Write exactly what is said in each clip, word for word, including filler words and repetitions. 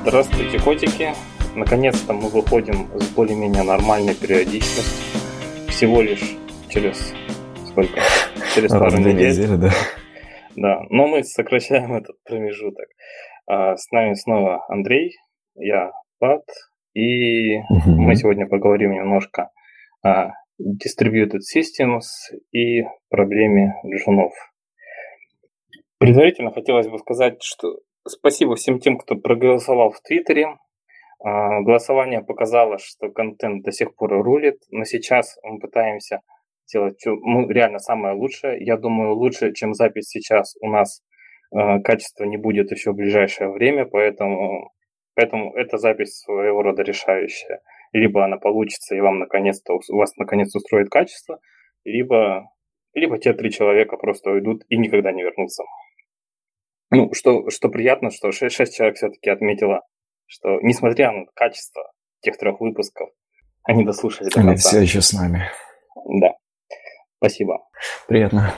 Здравствуйте, котики! Наконец-то мы выходим с более-менее нормальной периодичностью. Всего лишь через сколько? Через Раз пару в две недель. недели, да. Да, но мы сокращаем этот промежуток. А, С нами снова Андрей, я Пат, и мы Мгм. сегодня поговорим немножко о Distributed Systems и проблеме джунов. Предварительно хотелось бы сказать, что спасибо всем тем, кто проголосовал в Твиттере. А, Голосование показало, что контент до сих пор рулит, но сейчас мы пытаемся сделать всё, ну, реально самое лучшее. Я думаю, лучше, чем запись сейчас, у нас э, качество не будет еще в ближайшее время, поэтому, поэтому эта запись своего рода решающая. Либо она получится и вам наконец-то ус- вас наконец устроит качество, либо, либо те три человека просто уйдут и никогда не вернутся. Ну, что, что приятно, что шесть, шесть человек все-таки отметило, что несмотря на качество тех трех выпусков, они дослушали до Они конца. все еще с нами. Да, спасибо. Приятно.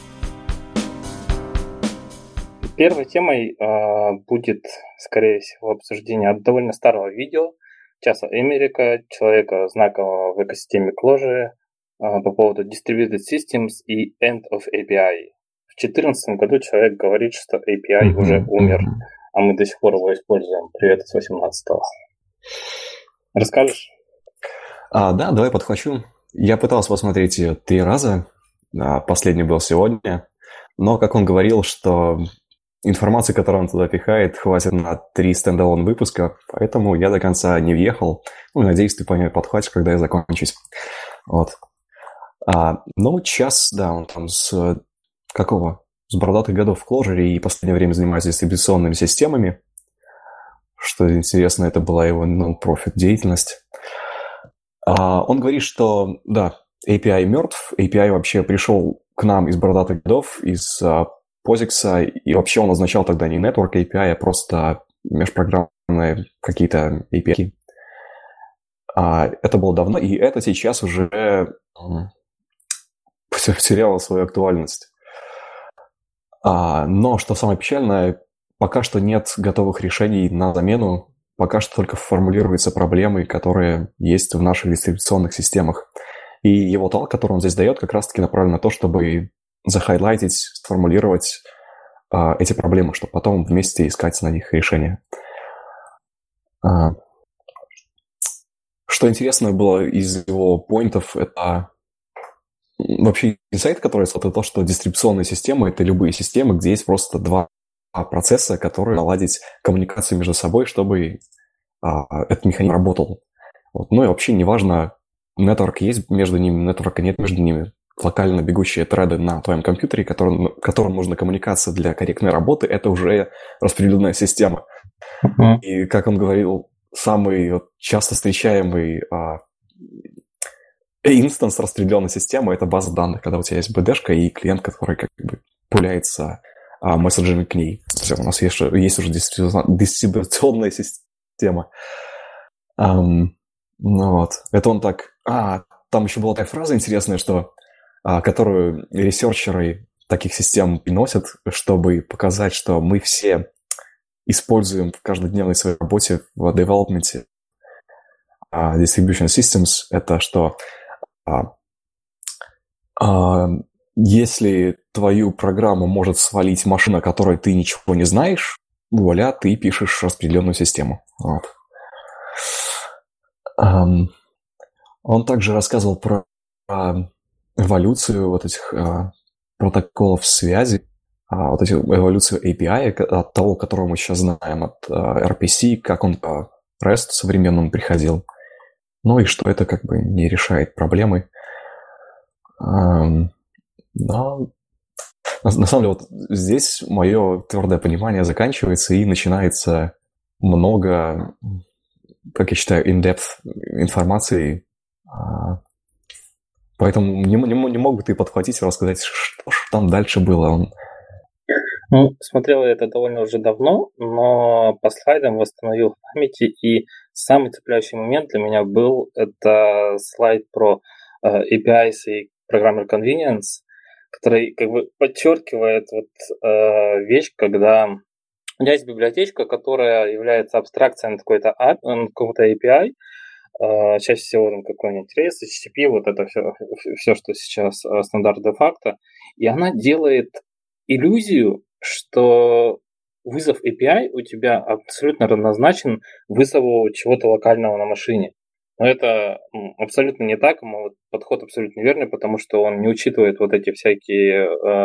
Первой темой э, будет, скорее всего, обсуждение от довольно старого видео Часа Эмерика, человека, знакового в экосистеме Clojure, э, по поводу Distributed Systems и End of эй пи ай. В две тысячи четырнадцатом году человек говорит, что эй пи ай Мгм, уже умер, мгм. а мы до сих пор его используем. Привет из восемнадцатого. Расскажешь? А, да, давай подхвачу. Я пытался посмотреть ее три раза. А, Последний был сегодня. Но, как он говорил, что информации, которую он туда пихает, хватит на три стендалон выпуска, поэтому я до конца не въехал. Ну, надеюсь, ты по ней подхватишь, когда я закончусь. Вот. А, ну, час, да, он там с э, какого? С бородатых годов в Clojure и в последнее время занимается дистрибуционными системами. Что интересно, это была его non-profit деятельность. А, он говорит, что, да, эй пи ай мертв, эй пи ай вообще пришел к нам из бородатых годов, из а, POSIX, и вообще он означал тогда не Network эй пи ай, а просто межпрограммные какие-то эй пи ай. А, это было давно, и это сейчас уже м, потеряло свою актуальность. А, но, что самое печальное, пока что нет готовых решений на замену, пока что только формулируются проблемы, которые есть в наших дистрибуционных системах. И его талк, который он здесь дает, как раз-таки направлен на то, чтобы захайлайтить, сформулировать а, эти проблемы, чтобы потом вместе искать на них решения. А, что интересно было из его поинтов, это вообще инсайт, который это то, что дистрибуционные системы – это любые системы, где есть просто два процесса, которые наладить коммуникацию между собой, чтобы а, этот механизм работал. Вот. Ну и вообще неважно, нетворк есть между ними, нетворка нет между ними. Локально бегущие треды на твоем компьютере, которым, которым нужна коммуникация для корректной работы, это уже распределенная система. Uh-huh. И, как он говорил, самый вот, часто встречаемый а, инстанс распределенной системы – это база данных, когда у тебя есть би ди-шка и клиент, который как бы пуляется а, месседжами к ней. Все, у нас есть, есть уже дистрибуционная система. Um, ну вот, это он так... А, там еще была такая фраза интересная, что, а, которую ресерчеры таких систем приносят, чтобы показать, что мы все используем в каждодневной своей работе в девелопменте а, Distribution Systems. Это что... А, а, если твою программу может свалить машина, которой ты ничего не знаешь, вуаля, ты пишешь распределенную систему. Вот. Um, он также рассказывал про uh, эволюцию вот этих uh, протоколов связи, uh, вот эту эволюцию эй пи ай, от того, которого мы сейчас знаем, от uh, эр пи си, как он по REST современному приходил. Ну и что это как бы не решает проблемы. Um, но на, на самом деле вот здесь мое твердое понимание заканчивается и начинается много, как я считаю, in-depth информации. Поэтому не, не, не мог бы ты подхватить и рассказать, что же там дальше было? Ну, смотрел я это довольно уже давно, но по слайдам восстановил в памяти, и самый цепляющий момент для меня был это слайд про э, эй пи ай и Programmer Convenience, который как бы подчеркивает вот э, вещь, когда У меня есть библиотечка, которая является абстракцией на какой-то, на какого-то эй пи ай, чаще всего там какой-нибудь рейс, эйч ти ти пи, вот это все, все, что сейчас стандарт де-факто, и она делает иллюзию, что вызов эй пи ай у тебя абсолютно равнозначен вызову чего-то локального на машине. Но это абсолютно не так, подход абсолютно верный, потому что он не учитывает вот эти всякие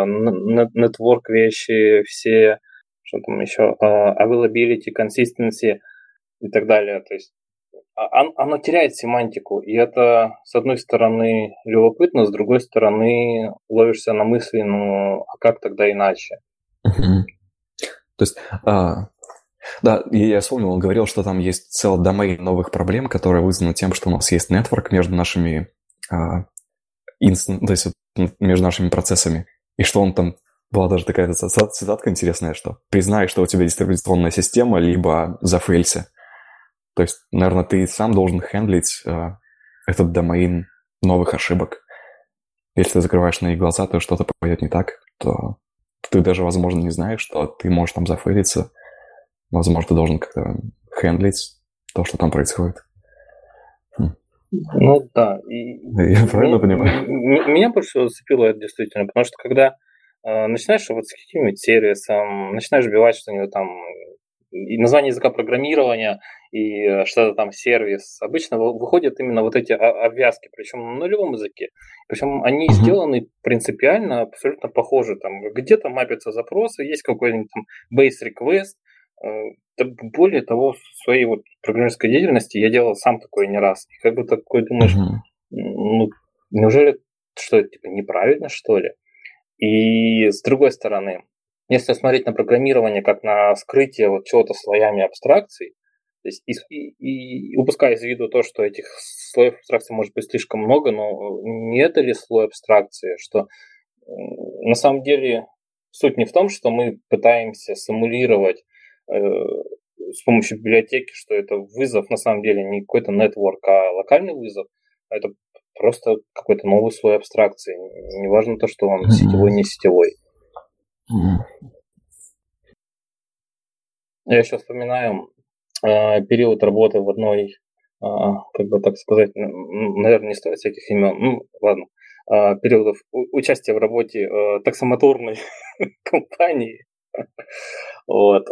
network вещи, все, что там еще, availability, consistency и так далее. То есть оно теряет семантику, и это, с одной стороны, любопытно, с другой стороны, ловишься на мысли, ну, а как тогда иначе? Uh-huh. То есть, а, да, я вспомнил, он говорил, что там есть целый домейн новых проблем, которые вызваны тем, что у нас есть нетворк между нашими, а, instant, то есть между нашими процессами, и что он там, была даже такая цитатка интересная, что признай, что у тебя дистрибуционная система, либо зафейлься. То есть, наверное, ты сам должен хендлить э, этот домейн новых ошибок. Если ты закрываешь на них глаза, то что-то пойдет не так, то ты даже, возможно, не знаешь, что ты можешь там зафейлиться. Возможно, ты должен как-то хендлить то, что там происходит. Хм. Ну да. И Я правильно понимаю? Меня больше всего зацепило это действительно, потому что когда э, начинаешь вот с каким-нибудь сервисом, начинаешь вбивать что-нибудь там, и название языка программирования, и что-то там сервис, обычно выходят именно вот эти обвязки, причем на нулевом языке. Причем они uh-huh. сделаны принципиально абсолютно похожи. Там где-то мапятся запросы, есть какой-нибудь там base request. Более того, в своей вот программерской деятельности я делал сам такое не раз. И как бы такой думаешь, uh-huh. ну, неужели что это типа неправильно, что ли? И с другой стороны, если смотреть на программирование как на скрытие вот чего-то слоями абстракций, то есть и, и, и упуская из виду то, что этих слоев абстракции может быть слишком много, но не это ли слой абстракции, что на самом деле суть не в том, что мы пытаемся симулировать э, с помощью библиотеки, что это вызов на самом деле не какой-то нетворк, а локальный вызов, а это просто какой-то новый слой абстракции. Неважно то, что он сетевой, не сетевой. Я еще вспоминаю э, период работы в одной, э, как бы так сказать, наверное, не стоит всяких имен, ну ладно, э, периодов участия в работе э, таксомоторной компании, вот,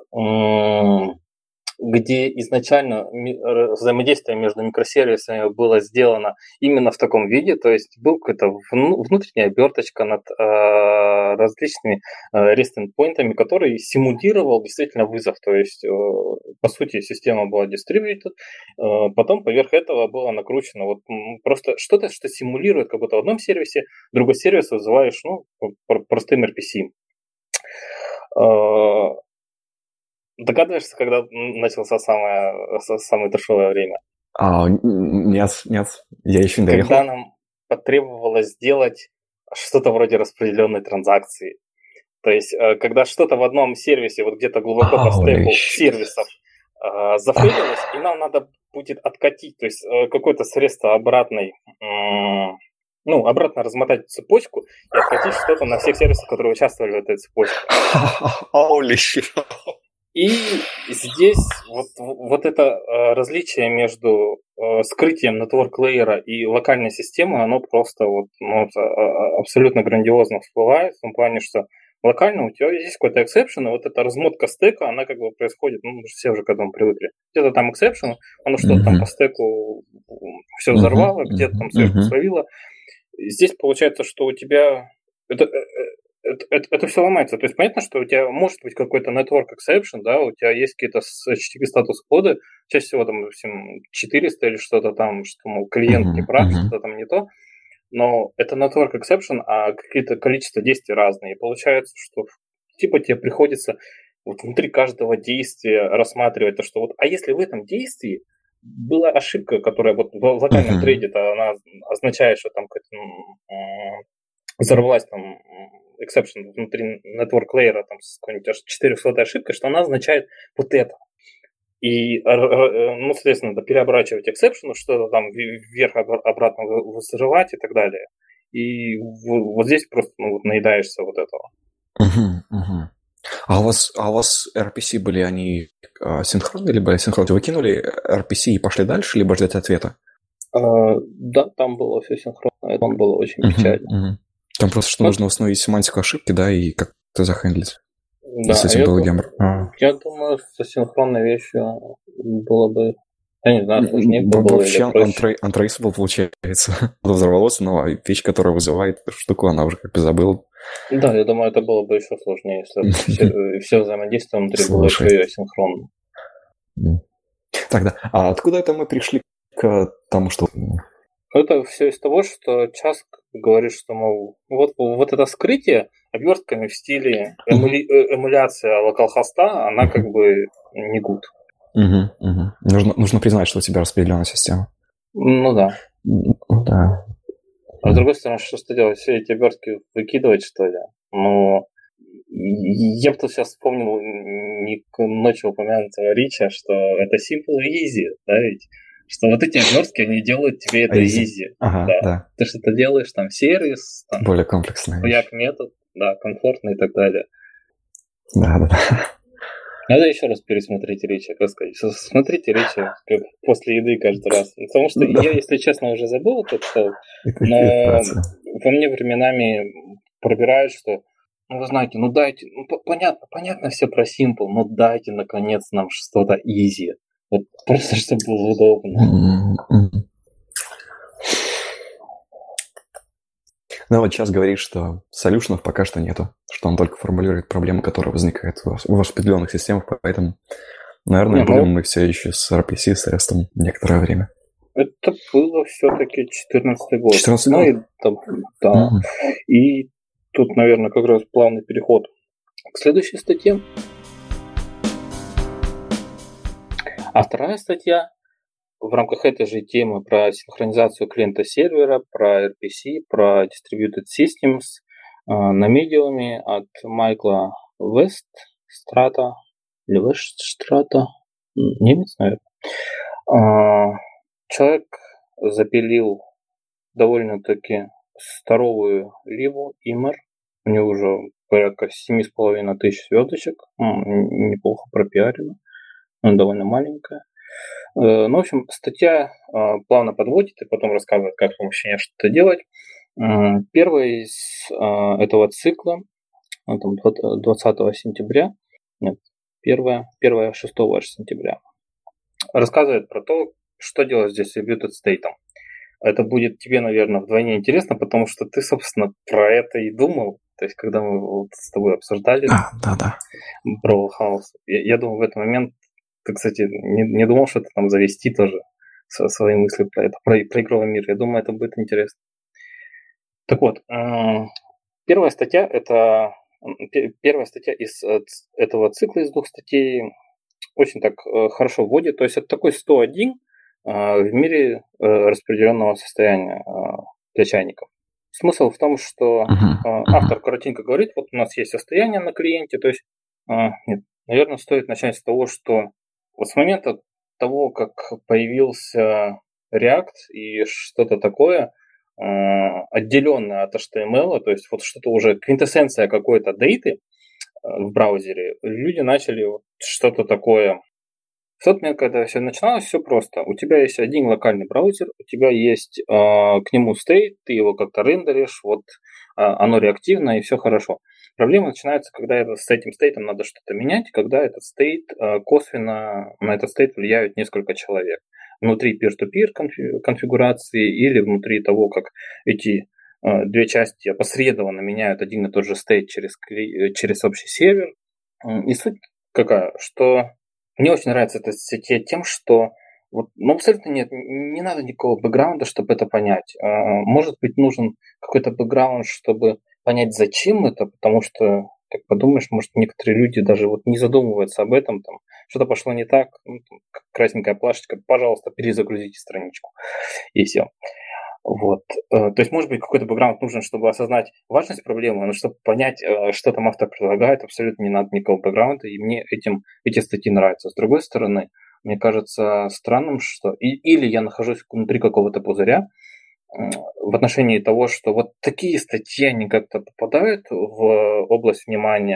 где изначально взаимодействие между микросервисами было сделано именно в таком виде, то есть был какой-то внутренняя оберточка над э, различными э, REST-эндпоинтами, который симулировал действительно вызов, то есть э, по сути система была distributed, э, потом поверх этого было накручено вот просто что-то, что симулирует как будто в одном сервисе, другой сервис вызываешь, ну, простым эр пи си. Э, Догадываешься, когда начался самое, самое дешевое время? А, нет, нет, я еще не доехал. Когда нам потребовалось сделать что-то вроде распределенной транзакции. То есть, когда что-то в одном сервисе, вот где-то глубоко по стеку сервисов э, зафейлилось, и нам надо будет откатить, то есть какое-то средство обратной, э, ну, обратно размотать цепочку и откатить что-то на всех сервисах, которые участвовали в этой цепочке. Holy shit. И здесь вот, вот это э, различие между э, скрытием network layer и локальной системой, оно просто вот, ну, абсолютно грандиозно всплывает, в том плане, что локально у тебя есть какой-то exception, и вот эта размотка стека, она как бы происходит, ну, все уже к этому привыкли. Где-то там exception, оно что-то mm-hmm. там по стеку все взорвало, mm-hmm. где-то там сверху mm-hmm. словило. Здесь получается, что у тебя... Это, Это, это, это все ломается. То есть понятно, что у тебя может быть какой-то network exception, да, у тебя есть какие-то эйч ти ти пи статус-коды, чаще всего там четыреста или что-то там, что, мол, клиент uh-huh, не прав, uh-huh. что-то там не то, но это network exception, а какие-то количество действий разные. И получается, что типа тебе приходится вот внутри каждого действия рассматривать то, что вот, а если в этом действии была ошибка, которая вот в локальном uh-huh. трейде, она означает, что там какая-то взорвалась там exception внутри network layer там, с какой-нибудь аж четырехсотой ошибкой, что она означает вот это. И, ну, соответственно, надо переоборачивать exception, что-то там вверх-обратно взрывать и так далее. И вот здесь просто ну, вот наедаешься вот этого. Uh-huh, uh-huh. А у вас, а у вас эр пи си были они э, синхронные, либо асинхронные? Вы кинули эр пи си и пошли дальше, либо ждать ответа? А, да, там было все синхронно, это было очень Угу, печально. угу. Там просто что Ну, нужно установить семантику ошибки, да, и как-то захендлить. да, И с этим я, был дум- гемор. А. я думаю, со синхронной вещью было бы, я не знаю, сложнее бы Во- было или Вообще проще. untra- untraceable получается. Оно взорвалось, но вещь, которая вызывает эту штуку, она уже как бы забыла. Да, я думаю, это было бы еще сложнее, если бы все, все взаимодействие внутри было еще Слушай. и асинхронно. Тогда, а откуда это мы пришли к тому, что... Это все из того, что Часк говорит, что, мол, вот, вот это скрытие обертками в стиле эмули- э, эмуляция локалхоста, она как бы не good. Угу, угу. Нужно, нужно признать, что у тебя распределенная система. Ну да. Ну да. А с другой стороны, что, что делать? Все эти обертки выкидывать, что ли? Ну, я бы тут сейчас вспомнил не к ночью упомянутого Рича, что это simple и easy, да, ведь? Что вот эти обертки, они делают тебе это Easy. easy. Ага, да. да. Ты что-то делаешь, там, сервис, там, Более комплексная вещь. хуяк метод, да, комфортный и так далее. Да, да, да. Надо еще раз пересмотреть Рича, как сказать. Смотрите Рича как после еды каждый раз. Потому что Да. я, если честно, уже забыл этот стол, Это но информация. во мне временами пробирает, что, ну, вы знаете, ну дайте, ну, по- понятно, понятно все про Simple, но дайте, наконец, нам что-то easy. Вот просто, чтобы было удобно. М-м-м. Ну вот сейчас говорит, что солюшенов пока что нету, что он только формулирует проблемы, которые возникают у вас в распределенных системах, поэтому, наверное, Не, ну, будем мы все еще с эр пи си, с рестом некоторое время. это было все-таки четырнадцатый год. четырнадцатый Ну год? и там, да. Мгм. И тут, наверное, как раз плавный переход к следующей статье. А вторая статья в рамках этой же темы про синхронизацию клиента-сервера, про эр пи си, про Distributed Systems э, на медиуме от Майкла Вестстрата или Вестстрата, немец, наверное. А, человек запилил довольно-таки здоровую либу Immer. У него уже порядка семь с половиной тысяч звездочек. М, Неплохо пропиарено. Она довольно маленькая. Э, Ну, в общем, статья а, плавно подводит и потом рассказывает, как с помощью нее что-то делать. М, Первая из а, этого цикла, а, там, двадцать- двадцатого сентября, нет, первая, первая шестого сентября, рассказывает про то, что делать здесь с Distributed State. Это будет тебе, наверное, вдвойне интересно, потому что ты, собственно, про это и думал. То есть, когда мы вот с тобой обсуждали Да, да, да. Brawl House, я, я думал, в этот момент ты, кстати, не, не думал, что это там завести тоже со- свои мысли про это, про, про игровой мир. Я думаю, это будет интересно. Так вот, м, первая статья это м, пе- первая статья из э, ц- этого цикла из двух статей очень так э, хорошо вводит. То есть это такой сто один э, в мире э, распределенного состояния э, для чайников. Смысл в том, что Мгм, э, мгм. автор коротенько говорит, вот у нас есть состояние на клиенте, то есть, э, нет, наверное, стоит начать с того, что вот с момента того, как появился React и что-то такое, э, отделенное от эйч ти эм эл, то есть вот что-то уже квинтэссенция какой-то дейты, в браузере, люди начали вот что-то такое. В тот момент, когда все начиналось, все просто. У тебя есть один локальный браузер, у тебя есть э, к нему стейт, ты его как-то рендеришь, вот э, оно реактивно и все хорошо. Проблема начинается, когда это, с этим стейтом надо что-то менять, когда этот стейт э, косвенно на этот стейт влияют несколько человек. Внутри peer-to-peer конфи- конфигурации или внутри того, как эти э, две части опосредованно меняют один и тот же стейт через, кли- через общий сервер. М, И суть какая, что мне очень нравится эта статья тем, что вот, ну, абсолютно нет, не надо никакого бэкграунда, чтобы это понять. А, Может быть, нужен какой-то бэкграунд, чтобы понять, зачем это, потому что, как подумаешь, может, некоторые люди даже вот не задумываются об этом, там, что-то пошло не так, ну, там, красненькая плашечка, пожалуйста, перезагрузите страничку, и все. Вот. Э, То есть, может быть, какой-то бэкграунд нужен, чтобы осознать важность проблемы, но чтобы понять, э, что там автор предлагает, абсолютно не надо никакого бэкграунда, и мне этим, эти статьи нравятся. С другой стороны, мне кажется странным, что... И, или я нахожусь внутри какого-то пузыря э, в отношении того, что вот такие статьи, они как-то попадают в область внимания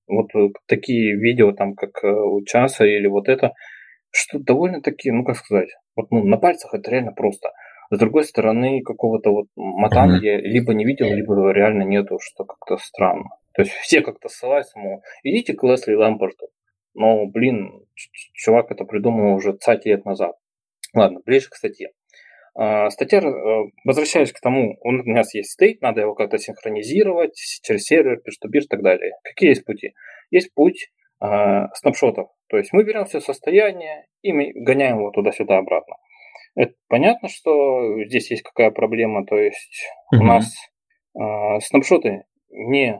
вот такие видео, там, как у Часа или вот это, что довольно-таки, ну, как сказать, вот, ну, на пальцах это реально просто. С другой стороны, какого-то вот матана я либо не видел, либо реально нету, что как-то странно. То есть все как-то ссылаются, мол, идите к Лесли Лампорту. Но, блин, чувак это придумал уже цать лет назад. Ладно, ближе к статье. Uh, статья, uh, возвращаясь к тому, у нас есть стейт, надо его как-то синхронизировать через сервер, peer-to-peer и так далее. Какие есть пути? Есть путь uh, снапшотов. То есть мы берем все состояние и мы гоняем его туда-сюда обратно. Это понятно, что здесь есть какая проблема. То есть uh-huh. у нас uh, снапшоты не,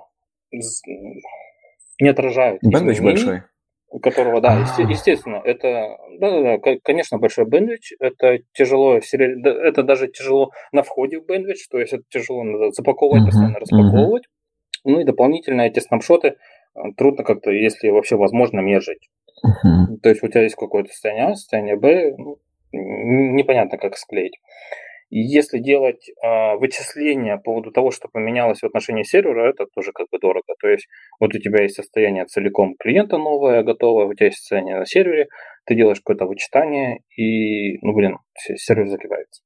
не отражают Bandwidth большой. У которого, да, есте- естественно, это, да, да, конечно, большой bandwidth, это тяжело, это даже тяжело на входе в bandwidth, то есть это тяжело надо запаковывать, uh-huh, постоянно распаковывать, uh-huh. Ну и дополнительно эти снапшоты трудно как-то, если вообще возможно, мержить. Uh-huh. То есть у тебя есть какое-то состояние А, состояние Б, ну, непонятно, как склеить. И если делать э, вычисления по поводу того, что поменялось в отношении сервера, это тоже как бы дорого. То есть вот у тебя есть состояние целиком клиента новое, готовое, у тебя есть состояние на сервере, ты делаешь какое-то вычитание, и, ну, блин, сервер закипается.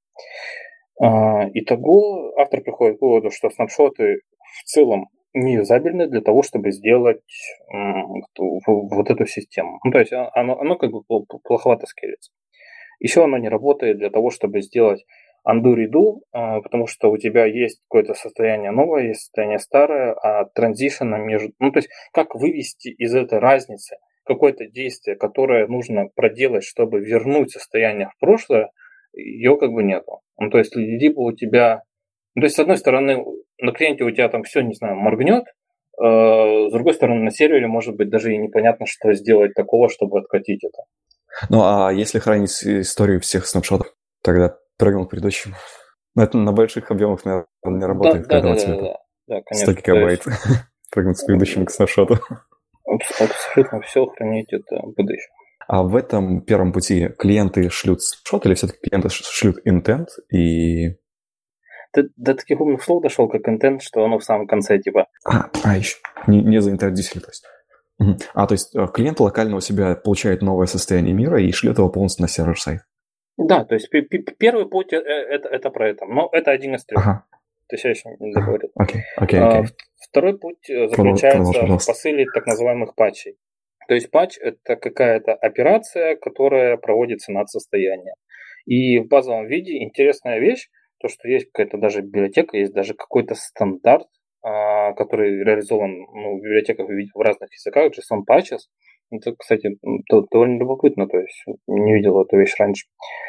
Э, итого автор приходит к выводу, что снапшоты в целом не юзабельны для того, чтобы сделать э, вот эту систему. Ну, то есть оно, оно как бы плоховато скейлится. Еще оно не работает для того, чтобы сделать undo-redo, потому что у тебя есть какое-то состояние новое, есть состояние старое, а транзишена между... Ну, то есть как вывести из этой разницы какое-то действие, которое нужно проделать, чтобы вернуть состояние в прошлое, ее как бы нету. Ну, то есть либо у тебя... Ну, то есть с одной стороны на клиенте у тебя там все, не знаю, моргнет, с другой стороны на сервере может быть даже и непонятно, что сделать такого, чтобы откатить это. Ну, а если хранить историю всех снапшотов, тогда прыгнул к предыдущему. Это на больших объемах, наверное, не работает. Да, да, да, да, да, да, конечно. сто гигабайт. Прыгнуть с предыдущим к снапшоту. Абсолютно все хранить это будущее. А в этом первом пути клиенты шлют снапшот или все-таки клиенты шлют intent и... Ты до таких умных слов дошел, как intent, что оно в самом конце типа... А, а еще не, не заинтердисили, то есть. Угу. А, то есть клиент локально у себя получает новое состояние мира и шлет его полностью на сервер-сайт. Да, то есть первый путь это, это про это, но это один из трех. Ага. То есть я еще не договорил. Окей, окей, окей. Второй путь заключается Продолж, в посыле так называемых патчей. То есть патч – это какая-то операция, которая проводится над состоянием. И в базовом виде интересная вещь, то, что есть какая-то даже библиотека, есть даже какой-то стандарт, который реализован ну, в библиотеках в разных языках, JSON Patches. Это, кстати, довольно любопытно, то есть не видел эту вещь раньше.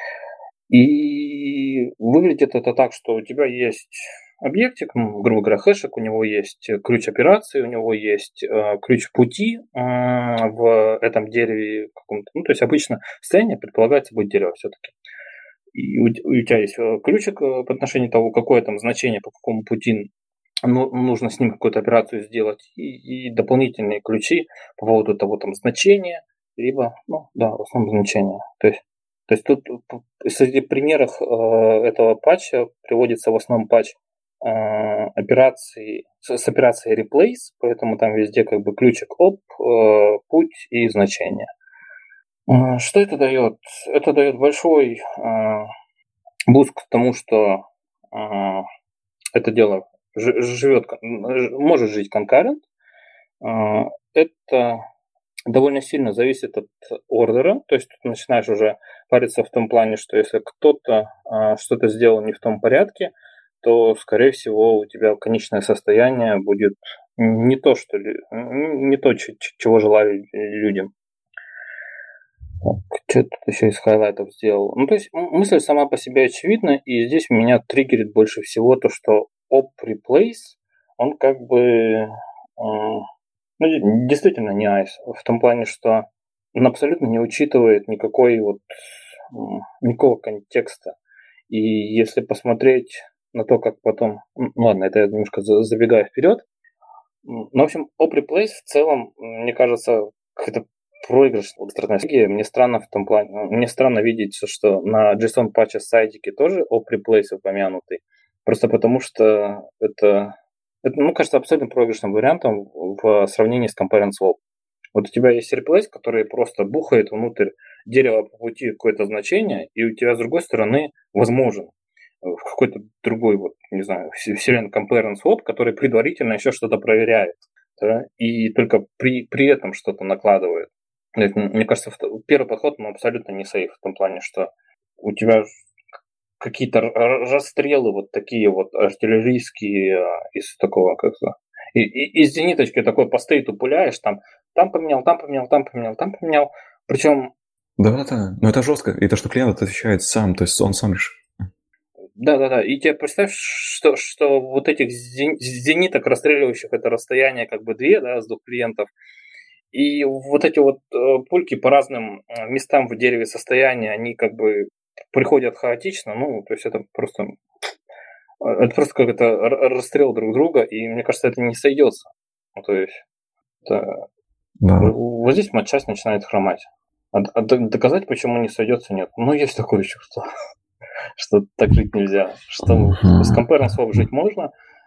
И выглядит это так, что у тебя есть объектик, ну, грубо говоря, хэшек, у него есть ключ операции, у него есть э, ключ пути э, в этом дереве каком-то. Ну, то есть обычно состояние предполагается быть дерево все-таки. И у, у тебя есть ключик по отношению того, какое там значение, по какому пути ну, нужно с ним какую-то операцию сделать, и, и дополнительные ключи по поводу того там значения, либо, ну, да, в основном значения. То есть То есть тут среди примеров э, этого патча приводится в основном патч э, операции с, с операцией replace, поэтому там везде как бы ключик оп, э, путь и значение. Э, что это дает? Это дает большой э, буст к тому, что э, это дело ж, живет, может жить конкурент. Э, это довольно сильно зависит от ордера, то есть ты начинаешь уже париться в том плане, что если кто-то а, что-то сделал не в том порядке, то, скорее всего, у тебя конечное состояние будет не то, что не то, чего желали людям. Что тут еще из хайлайтов сделал? Ну, то есть мысль сама по себе очевидна, и здесь меня триггерит больше всего то, что op replace, он как бы... Ну, действительно не айс, в том плане, что он абсолютно не учитывает никакой вот, никакого контекста. И если посмотреть на то, как потом... Ну, ладно, это я немножко забегаю вперед. Ну, в общем, op replace в целом, мне кажется, какая-то проигрышная стратегия. Мне странно в том плане... Мне странно видеть, что на JSON патче сайтике тоже op replace упомянутый. Просто потому, что это... Это, ну, кажется, абсолютно проигрышным вариантом в сравнении с Compare and Swap. Вот у тебя есть replace, который просто бухает внутрь дерева по пути какое-то значение, и у тебя с другой стороны возможен в какой-то другой, вот, не знаю, вселенной Compare and Swap, который предварительно еще что-то проверяет, да, и только при, при этом что-то накладывает. Это, мне кажется, первый подход, он абсолютно не сейф в том плане, что у тебя какие-то расстрелы вот такие вот артиллерийские из такого, как то и, и, из зениточки такой по стейту пуляешь, там, там поменял, там поменял, там поменял, там поменял. Причем... Да-да, но это жестко. И то, что клиент отвечает сам, то есть он сам лишь... Да-да-да, и тебе представь, что, что вот этих зениток, расстреливающих это расстояние как бы две, да, с двух клиентов, и вот эти вот пульки по разным местам в дереве состояния, они как бы приходят хаотично, ну, то есть это просто... Это просто как-то расстрел друг друга, и мне кажется, это не сойдется. Ну, то есть, это... да. Вот здесь матчасть начинает хромать. А, а доказать, почему не сойдется, нет. Ну, есть такое чувство, что так жить нельзя. Что с Compare and Swap жить можно,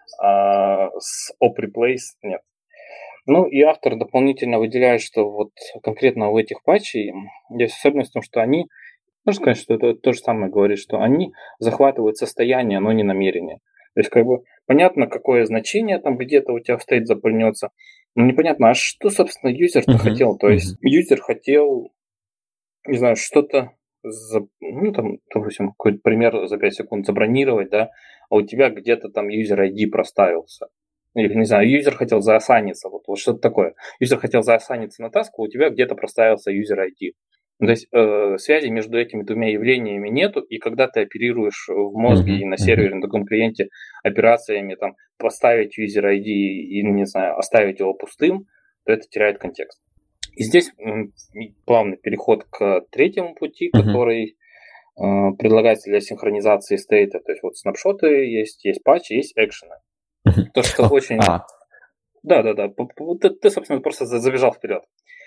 а с Op Replace нет. Ну, и автор дополнительно выделяет, что вот конкретно у этих патчей есть особенность в том, что они, можно сказать, что это то же самое говорит, что они захватывают состояние, но не намерение. То есть, как бы, понятно, какое значение там где-то у тебя в стейт запыльнется, но непонятно, а что, собственно, юзер-то uh-huh, хотел? То uh-huh. есть, юзер хотел, не знаю, что-то, за, ну, там, допустим, какой-то пример за пять секунд забронировать, да, а у тебя где-то там юзер ай ди проставился. Или, не знаю, юзер хотел заосаниться, вот, вот что-то такое. Юзер хотел заосаниться на таску, у тебя где-то проставился юзер ай ди. То есть э, связи между этими двумя явлениями нету, и когда ты оперируешь в мозге uh-huh, и на сервере, uh-huh. на другом клиенте операциями, там, поставить user ай ди и, не знаю, оставить его пустым, то это теряет контекст. И здесь м, плавный переход к третьему пути, uh-huh. который э, предлагается для синхронизации стейта. То есть вот снапшоты есть, есть патчи, есть экшены. Uh-huh. То, что oh, очень... А. Да-да-да, ты, ты, собственно, просто забежал вперед.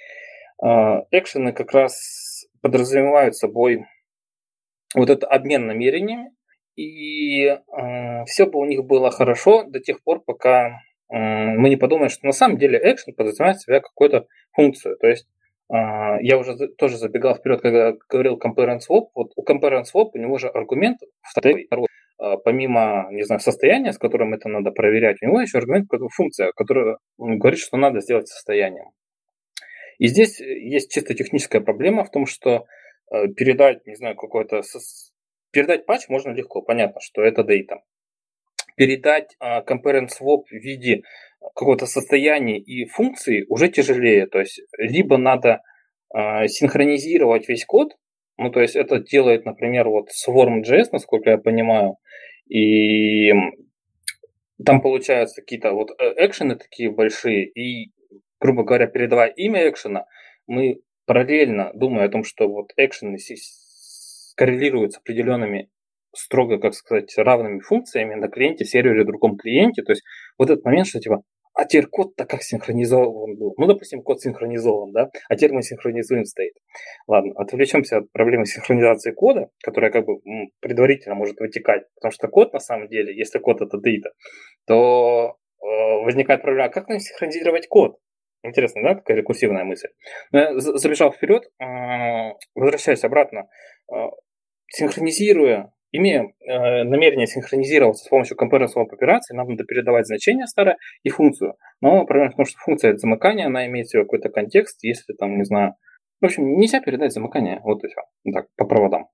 Экшены как раз подразумевают собой вот этот обмен намерениями, и э, все бы у них было хорошо до тех пор, пока э, мы не подумаем, что на самом деле экшен подразумевает в себя какую-то функцию. То есть э, я уже за, тоже забегал вперед, когда говорил Compare and Swap. Вот у Compare and Swap у него же аргумент второй, э, помимо, не знаю, состояния, с которым это надо проверять, у него еще аргумент, функция, которая говорит, что надо сделать состоянием. И здесь есть чисто техническая проблема в том, что э, передать, не знаю, какой-то... Сос... Передать патч можно легко, понятно, что это дейта. Передать э, Compare and Swap в виде какого-то состояния и функции уже тяжелее. То есть либо надо э, синхронизировать весь код, ну, то есть это делает, например, вот Swarm.js, насколько я понимаю, и там получаются какие-то вот экшены такие большие, и грубо говоря, передавая имя экшена, мы параллельно, думая о том, что вот экшены коррелируют с определенными строго, как сказать, равными функциями на клиенте, сервере, другом клиенте. То есть вот этот момент, что типа, а теперь код-то как синхронизован был? Ну, допустим, код синхронизован, да? А теперь мы синхронизуем стейт. Ладно, отвлечемся от проблемы синхронизации кода, которая как бы предварительно может вытекать, потому что код на самом деле, если код это дейта, то э, возникает проблема, как нам синхронизировать код? Интересно, да, такая рекурсивная мысль. Но я забежал вперед, возвращаясь обратно, синхронизируя, имея намерение синхронизироваться с помощью Compare and Swap операции, нам надо передавать значение старое и функцию. Но проблема в том, что функция это замыкание, она имеет в себе какой-то контекст, если там, не знаю, в общем, нельзя передать замыкание, вот и все, так, по проводам.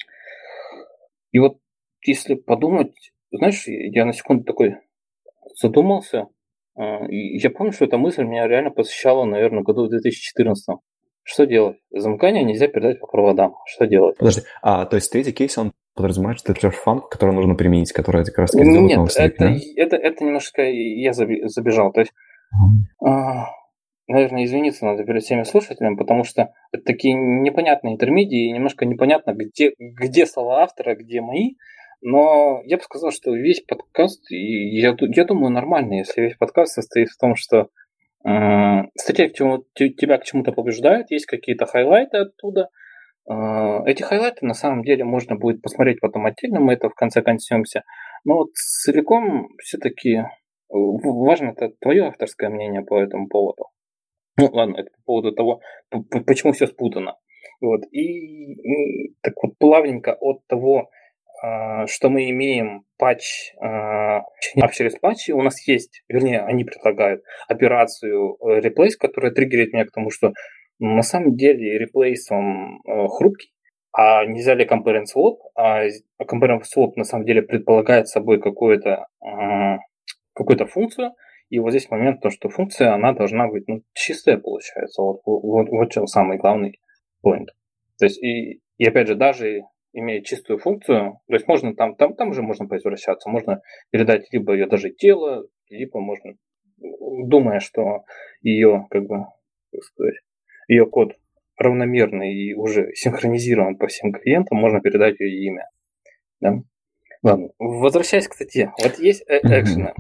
И вот если подумать, знаешь, я на секунду такой задумался. Я помню, что эта мысль меня реально посещала, наверное, году в две тысячи четырнадцатом. Что делать? Замыкание нельзя передать по проводам. Что делать? Подожди, а, то есть третий кейс, он подразумевает, что это фанк, который нужно применить, который как раз таки сделает Нет, новый это, да? это, это немножко я забежал. То есть, mm-hmm. а, наверное, извиниться надо перед всеми слушателями, потому что это такие непонятные интермедии, и немножко непонятно, где, где слова автора, где мои. Но я бы сказал, что весь подкаст, и я, я думаю, нормально, если весь подкаст состоит в том, что э, статья к чему, тебя к чему-то побуждает, есть какие-то хайлайты оттуда. Э, эти хайлайты на самом деле можно будет посмотреть потом отдельно, мы это в конце кончаемся. Но вот целиком все-таки важно это твое авторское мнение по этому поводу. Ну, ладно, это по поводу того, почему все спутано. Вот. И, и так вот плавненько от того, что мы имеем патч, через патчи, у нас есть, вернее, они предлагают операцию replace, которая триггерит меня к тому, что на самом деле replace он хрупкий, а нельзя ли compare and swap, а compare and swap на самом деле предполагает собой какую-то, какую-то функцию, и вот здесь момент, то, что функция, она должна быть ну, чистая, получается, вот, вот, вот чем самый главный point. То есть, и, и опять же, даже имея чистую функцию, то есть можно там, там, там уже можно возвращаться, можно передать либо ее даже тело, либо можно, думая, что ее, как бы, как сказать, ее код равномерный и уже синхронизирован по всем клиентам, можно передать ее имя. Да? Ладно, возвращаясь к статье, вот есть экшены.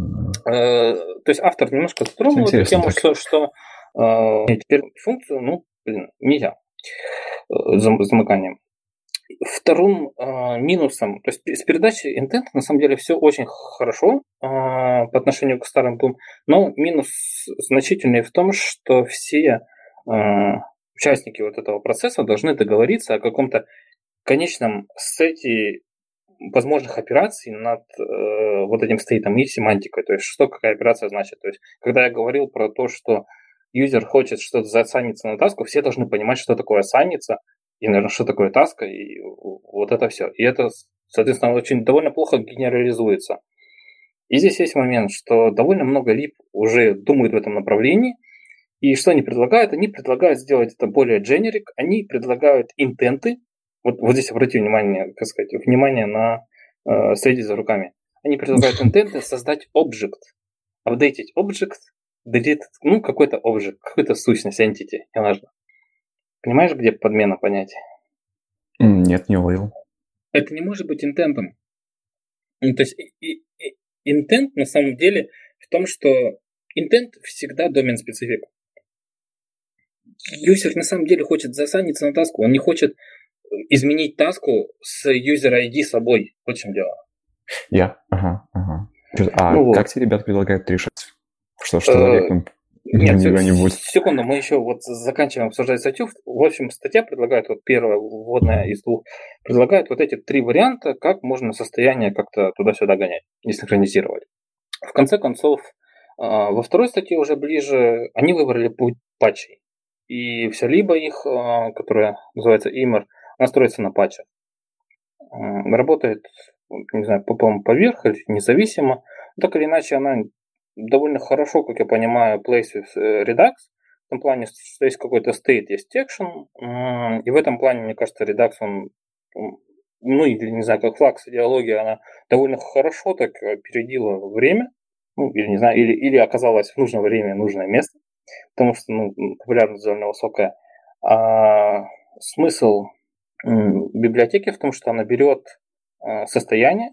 То есть автор немножко затронул эту тему, что, что теперь функцию, ну, блин, нельзя замыканием. Вторым э, минусом, то есть с передачей intent на самом деле все очень хорошо э, по отношению к старым пум, но минус значительный в том, что все э, участники вот этого процесса должны договориться о каком-то конечном сете возможных операций над э, вот этим стейтом и семантикой, то есть что какая операция значит. То есть когда я говорил про то, что юзер хочет что-то заассайниться на таску, все должны понимать, что такое ассайниться, и, наверное, что такое таска, и вот это все. И это, соответственно, очень довольно плохо генерализуется. И здесь есть момент, что довольно много лип уже думают в этом направлении, и что они предлагают? Они предлагают сделать это более generic, они предлагают интенты. Вот, вот здесь обратите внимание, как сказать, внимание на э, следить за руками. Они предлагают интенты создать объект, апдейтить объект, delete, ну, какой-то объект, какую-то сущность, entity, не важно. Понимаешь, где подмена понятия? Нет, не уловил. Это не может быть интентом. Ну, то есть интент на самом деле в том, что интент всегда домен-специфик. Юзер на самом деле хочет засаниться на таску, он не хочет изменить таску с юзер ай ди собой. Вот в чем дело. Я? Yeah. Ага, ага. А ну, как вот. Тебе ребята предлагают решать? Что, что за веком? Нет, секунду, мы еще вот заканчиваем обсуждать статью. В общем, статья предлагает, вот первая, вводная из двух, предлагает вот эти три варианта, как можно состояние как-то туда-сюда гонять и синхронизировать. В конце концов, во второй статье уже ближе, они выбрали путь патчей. И вся либо их, которая называется Immer, она строится на патчах. Работает, не знаю, по-моему, поверх или независимо. Так или иначе, она довольно хорошо, как я понимаю, plays with Redux. В том плане, что есть какой-то state, есть action. И в этом плане, мне кажется, Redux, он, ну, или, не знаю, как Flux идеология, она довольно хорошо так опередила время. Ну, или, не знаю, или, или оказалась в нужное время, нужное место. Потому что, ну, популярность довольно высокая. А смысл библиотеки в том, что она берет состояние,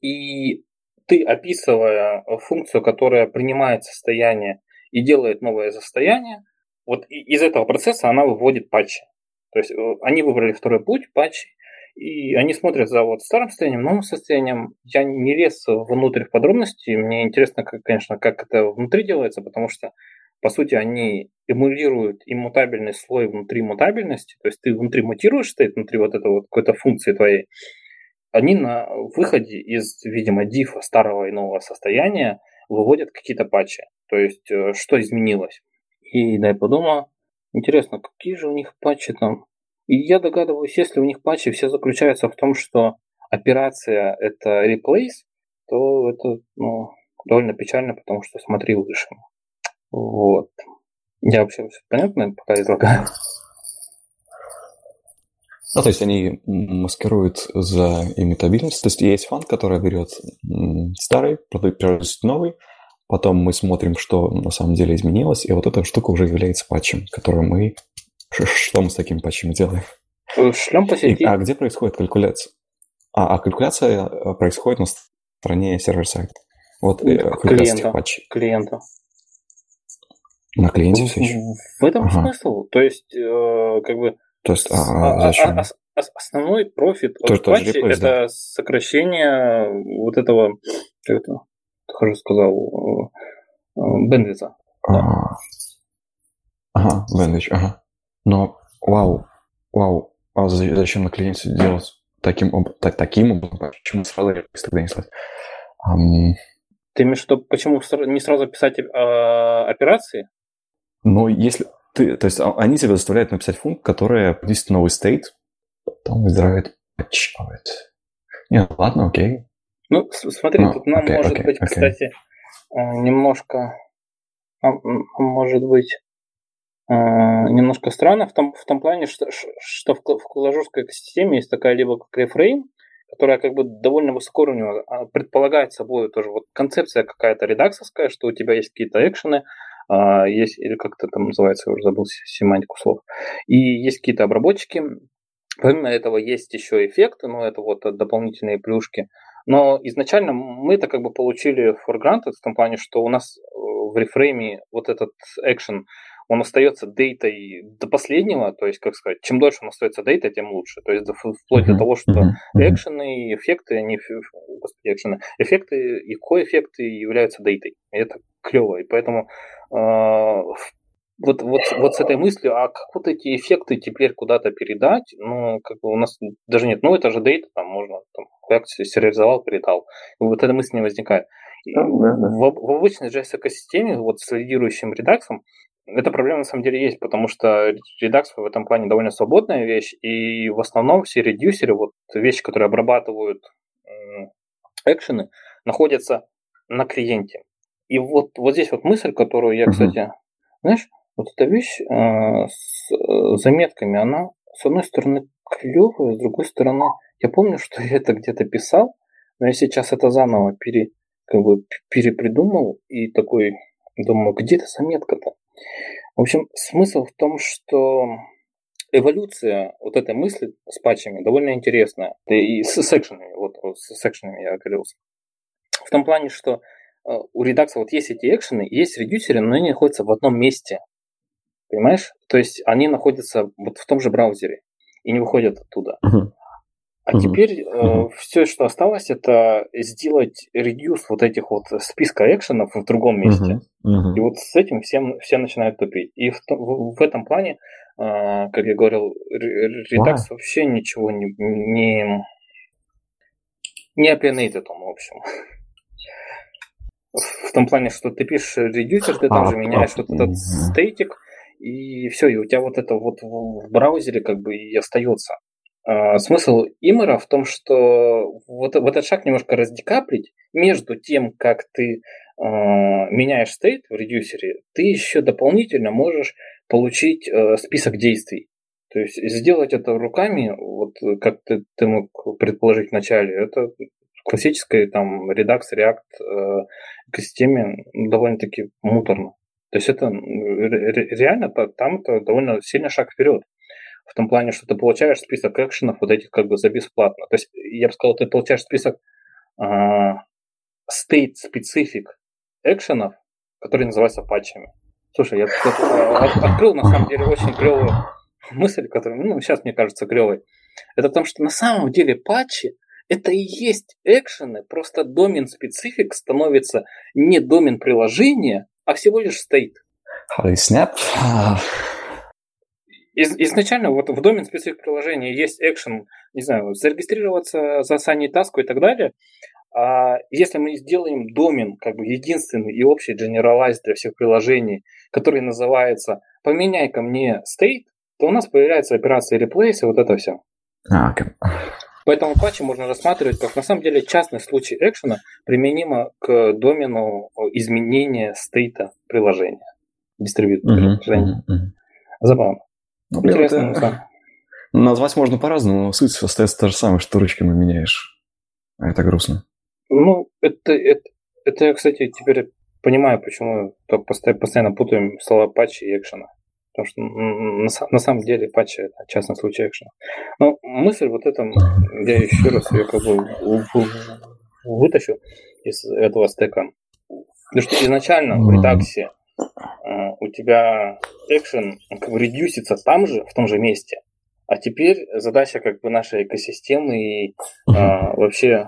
и ты, описывая функцию, которая принимает состояние и делает новое состояние, вот из этого процесса она выводит патчи. То есть они выбрали второй путь, патчи, и они смотрят за вот старым состоянием, новым состоянием. Я не лез внутрь в подробности, мне интересно, как, конечно, как это внутри делается, потому что, по сути, они эмулируют иммутабельный слой внутри мутабельности, то есть ты внутри мутируешь стейт, внутри вот этой вот какой-то функции твоей. Они на выходе из, видимо, дифа старого и нового состояния выводят какие-то патчи. То есть, что изменилось. И дай подумаю, интересно, какие же у них патчи там? И я догадываюсь, если у них патчи все заключаются в том, что операция это replace, то это, ну, довольно печально, потому что смотри выше. Вот. Я вообще все понятно пока излагаю? Ну, то есть они маскируют за иммутабильность. То есть есть фан, который берет старый, производит новый, потом мы смотрим, что на самом деле изменилось, и вот эта штука уже является патчем, который мы... Что мы с таким патчем делаем? Шлем по сети. И, а где происходит калькуляция? А, а калькуляция происходит на стороне сервер-сайт. Вот калькуляция этих патчей. Клиента. На клиенте все еще? В этом ага. смысл. То есть, э, как бы... То есть, а, зачем? А, а, основной профит от патчей – это сокращение вот этого, как это, хорошо сказал, бендвидта. Да. Ага, бендвидж, ага. Но, вау, вау, а зачем на клиенте делать таким образом? Так, таким образом? Почему сразу тогда не слать? Um... Ты имеешь в виду, почему не сразу писать э, операции? Ну, если ты, то есть они тебе заставляют написать функцию, которая produce новый state, потом вызывает patch. Нет, ладно, окей. Ну, смотри, ну, тут нам окей, может окей, быть, окей. кстати, немножко, может быть, немножко странно в том, в том плане, что, что в, в клажурской экосистеме есть такая либо как reframe, которая как бы довольно высокоуровневая, предполагает собой тоже вот концепция какая-то редаксовская, что у тебя есть какие-то экшены, есть, или как это там называется, я уже забыл семантику слов, и есть какие-то обработчики. Помимо этого есть еще эффекты, но это вот дополнительные плюшки. Но изначально мы это как бы получили for granted в том плане, что у нас в рефрейме вот этот экшен, он остается дейтой до последнего, то есть, как сказать, чем дольше он остается дейтой, тем лучше. То есть вплоть uh-huh, до того, что uh-huh, экшены, эффекты, они, господи, экшены, эффекты и коэффекты являются дейтой. И это клево. И поэтому э, вот, вот, вот с этой мыслью, а как вот эти эффекты теперь куда-то передать, ну, как бы у нас даже нет, ну, это же дейта, там можно, там, как сериализовал, передал. И вот эта мысль не возникает. Uh-huh. В, в обычной джей эс-экосистеме, вот с лидирующим редаксом, эта проблема на самом деле есть, потому что Redux в этом плане довольно свободная вещь, и в основном все редюсеры, вот вещи, которые обрабатывают экшены, находятся на клиенте. И вот, вот здесь вот мысль, которую я, кстати, uh-huh. знаешь, вот эта вещь э, с заметками, она с одной стороны клевая, с другой стороны, я помню, что я это где-то писал, но я сейчас это заново пере, как бы перепридумал и такой думаю, где эта заметка-то? В общем, смысл в том, что эволюция вот этой мысли с патчами довольно интересная. И с секшенами, вот с секшенами я оговорился. В том плане, что у Redux вот есть эти экшены, есть редюсеры, но они находятся в одном месте. Понимаешь? То есть они находятся вот в том же браузере и не выходят оттуда. Uh-huh. А uh-huh. теперь uh-huh. э, все, что осталось, это сделать редюс вот этих вот списка экшенов в другом месте. Uh-huh. Uh-huh. И вот с этим всем, все начинают тупить. И в, в, в этом плане, э, как я говорил, Redux wow. вообще ничего не, не, не опьянеет этому, в общем. В том плане, что ты пишешь редюсер, ты там uh-huh. же меняешь uh-huh. вот этот стейтик, и все, и у тебя вот это вот в браузере как бы и остается. Смысл имера в том, что вот, вот этот шаг немножко раздекаплить между тем, как ты э, меняешь стейт в редюсере, ты еще дополнительно можешь получить э, список действий. То есть сделать это руками, вот как ты, ты мог предположить вначале, это в классической там Redux, React э, экосистеме довольно-таки муторно. То есть это реально там это довольно сильный шаг вперед. В том плане, что ты получаешь список экшенов вот этих как бы за бесплатно. То есть, я бы сказал, ты получаешь список uh, state-specific экшенов, которые называются патчами. Слушай, я тут, uh, открыл, на самом деле, очень клевую мысль, которая, ну, сейчас мне кажется клевой. Это в том, что на самом деле патчи это и есть экшены, просто домен-специфик становится не домен приложения, а всего лишь state. Holy snap. Изначально вот в домен специфик приложения есть экшен, не знаю, зарегистрироваться, засанить таску и так далее. А если мы сделаем домен как бы единственный и общий generalize для всех приложений, который называется «поменяй ко мне state», то у нас появляется операция replace и вот это все. Ah, okay. Поэтому патчи можно рассматривать как на самом деле частный случай экшена, применимо к домену изменения стейта приложения, дистрибьютора uh-huh, приложения. Uh-huh, uh-huh. Забавно. Ну, блин, интересно, это... Назвать можно по-разному, но суть остается та же самая, что ручками меняешь. А это грустно. Ну, это, это, это я, кстати, теперь понимаю, почему постоянно, постоянно путаем слова патчи и экшена. Потому что на, на самом деле патчи это частный случай экшена. Но мысль вот эта, я еще раз ее как бы вытащу из этого стека. Потому что изначально в редаксе у тебя экшен как бы редюсится там же, в том же месте. А теперь задача как бы нашей экосистемы и а, вообще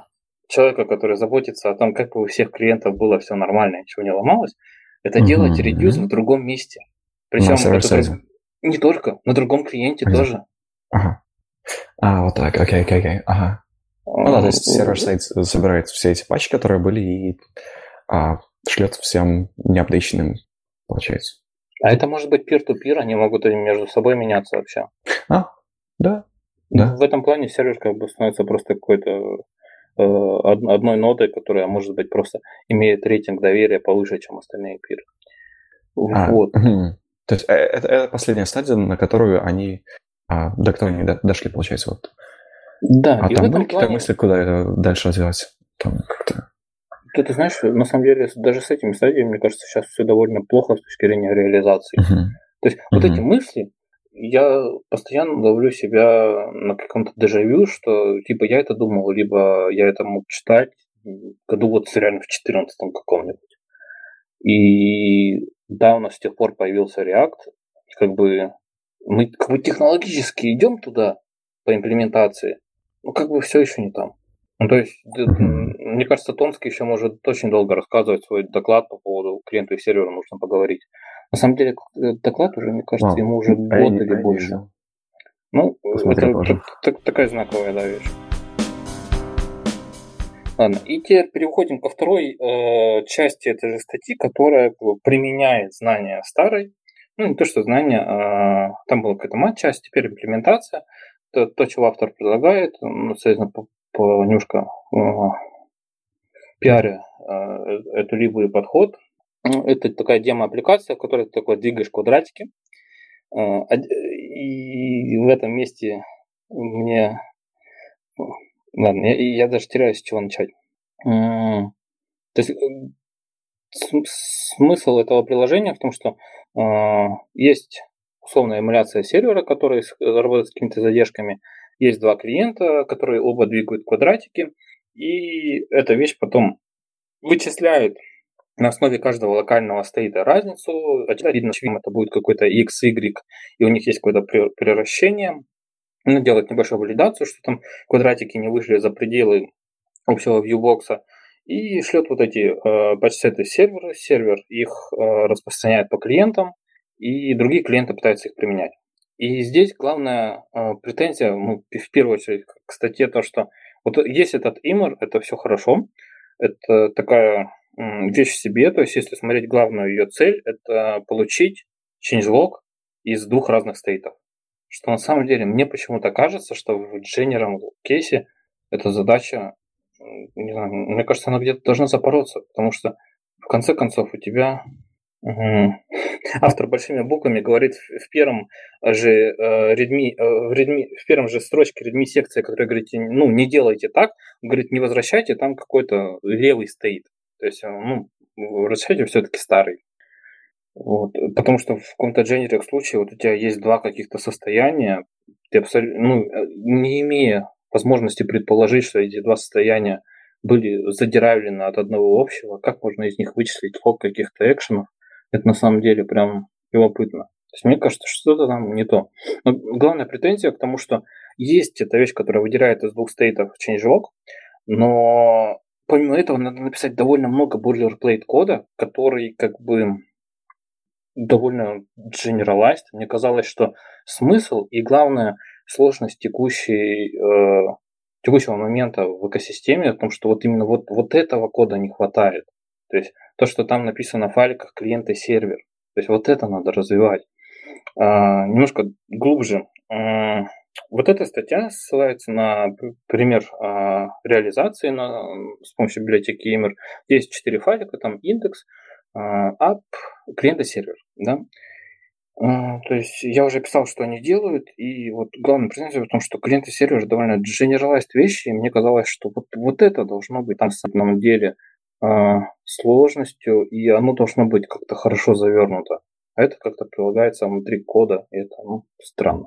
человека, который заботится о том, как бы у всех клиентов было все нормально, ничего не ломалось, это Мгм. делать редюс в другом месте. На Причем это сервер-сайде. друг- не только, на другом клиенте Где? тоже. Ага. А, вот так, окей, окей, окей, ага. Ну да, то есть сервер-сайт собирает все эти патчи, которые были, и а, шлет всем неапдейченным, получается. А это может быть peer-to-peer, они могут и между собой меняться вообще. А, да, да. В этом плане сервер как бы становится просто какой-то э, од- одной нодой, которая, может быть, просто имеет рейтинг доверия повыше, чем остальные пиры. А, Вот. мгм. То есть э, это, это последняя стадия, на которую они, а, до которой они до- дошли, получается. Вот. Да, А и в там этом были какие-то плане, мысли, куда это дальше развивать? Там как-то... ты, ты знаешь, на самом деле, даже с этими стадиями, мне кажется, сейчас все довольно плохо с точки зрения реализации. Мгм. То есть вот Мгм. эти мысли, я постоянно ловлю себя на каком-то дежавю, что типа я это думал, либо я это мог читать в году вот реально в четырнадцатом каком-нибудь. И да, у нас с тех пор появился React, и как бы мы как бы технологически идем туда по имплементации, но как бы все еще не там. Ну, то есть, д- Мгм. м, мне кажется, Томский еще может очень долго рассказывать свой доклад по поводу клиента и сервера, нужно поговорить. На самом деле, э, доклад уже, мне кажется, Вау. ему уже А я год не, или а я не больше. видел. Ну, э, Посмотрю это позже. так- так- такая знаковая, да, вещь. Ладно, и теперь переходим ко второй э, части этой же статьи, которая как бы применяет знания старой. Ну, не то, что знания, а там была какая-то мат-часть, теперь имплементация. То, то, что автор предлагает, ну, соответственно, по, по немножко э, пиаря э, эту либо подход. Ну, это такая демо-аппликация, в которой ты такой двигаешь квадратики. Э, од- и в этом месте мне... Ладно, я, я даже теряюсь, с чего начать. М, То есть э, см- смысл этого приложения в том, что э, есть условная эмуляция сервера, который с- работает с какими-то задержками. Есть два клиента, которые оба двигают квадратики. И эта вещь потом вычисляет на основе каждого локального стейта разницу. Очевидно, это будет какой-то X, Y, и у них есть какое-то пре- превращение. Ну, делать небольшую валидацию, что там квадратики не вышли за пределы общего вьюбокса, и шлет вот эти э, патч-сеты сервера, сервер их э, распространяет по клиентам, и другие клиенты пытаются их применять. И здесь главная э, претензия, ну, в первую очередь, к статье, то, что вот есть этот иммер, это все хорошо, это такая м, вещь в себе, то есть если смотреть главную ее цель, это получить changelog из двух разных стейтов. Что на самом деле мне почему-то кажется, что в general кейсе эта задача, м, не знаю, мне кажется, она где-то должна запороться, потому что в конце концов у тебя мгм, автор большими буквами говорит в в первом же э, readme, э, в readme, в первом же строчке readme секции, которая говорит, ну, не делайте так, он говорит, не возвращайте там какой-то левый стейт. То есть, э, ну, возвращайте все-таки старый. Вот. Потому что в каком-то дженерик случае вот у тебя есть два каких-то состояния, ты абсолютно, ну, э, не имея возможности предположить, что эти два состояния были задерайвлены от одного общего, как можно из них вычислить фок каких-то экшенов, это на самом деле прям любопытно. То есть мне кажется, что что-то там не то. Но главная претензия к тому, что есть эта вещь, которая выдирает из двух стейтов changelog, но помимо этого надо написать довольно много boilerplate кода, который как бы довольно generalized. Мне казалось, что смысл и, главное, сложность текущей, э, текущего момента в экосистеме в том, что вот именно вот, вот этого кода не хватает. То есть то, что там написано в файликах клиент и сервер. То есть вот это надо развивать. А, немножко глубже. А, вот эта статья ссылается на пример а, реализации на, с помощью библиотеки Immer. Есть четыре файлика, там индекс, а, app, клиент и сервер. Да? А, то есть я уже писал, что они делают, и вот главная претензия в том, что клиент и сервер довольно generalized вещи, и мне казалось, что вот, вот это должно быть там на самом деле а, сложностью, и оно должно быть как-то хорошо завернуто. А это как-то прилагается внутри кода, и это ну, странно.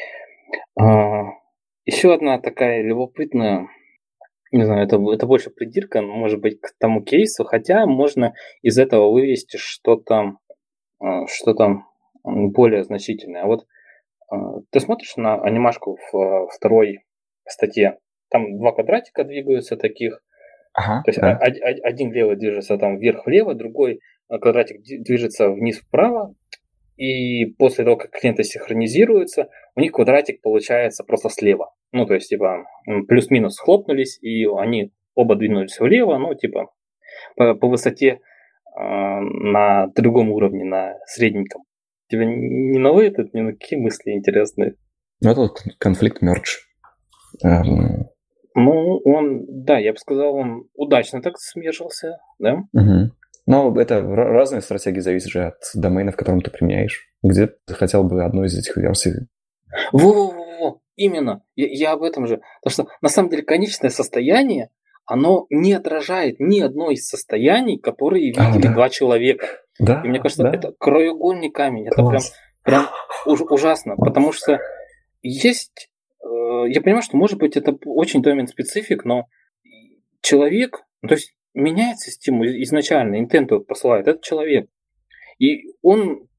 А, еще одна такая любопытная, не знаю, это, это больше придирка, может быть, к тому кейсу, хотя можно из этого вывести что-то, а, что-то более значительное. Вот а, ты смотришь на анимашку в а, второй статье, там два квадратика двигаются таких, Ага, То есть да. один левый движется там вверх-влево, другой квадратик движется вниз-вправо, и после того, как клиенты синхронизируются, у них квадратик получается просто слева. Ну, то есть, типа, плюс-минус схлопнулись, и они оба двинулись влево, ну, типа, по, по высоте э, на другом уровне, на средненьком. Тебе не наводит это ни на какие мысли интересные? Ну, это вот конфликт мердж. Эм... Ну, он, да, я бы сказал, он удачно так смешался, да? Угу. Но это разные стратегии, зависят же от домена, в котором ты применяешь. Где ты хотел бы одну из этих версий? Во-во-во, именно. Я, я об этом же. Потому что, на самом деле, конечное состояние, оно не отражает ни одно из состояний, которые видели а, да. два человека. Да, И мне кажется, да. это краеугольный камень. Класс. Это прям, прям уж, ужасно. Потому что есть... Э, я понимаю, что, может быть, это очень домен-специфик, но человек... То есть меняется стимул изначально, интент посылает этот человек. И он...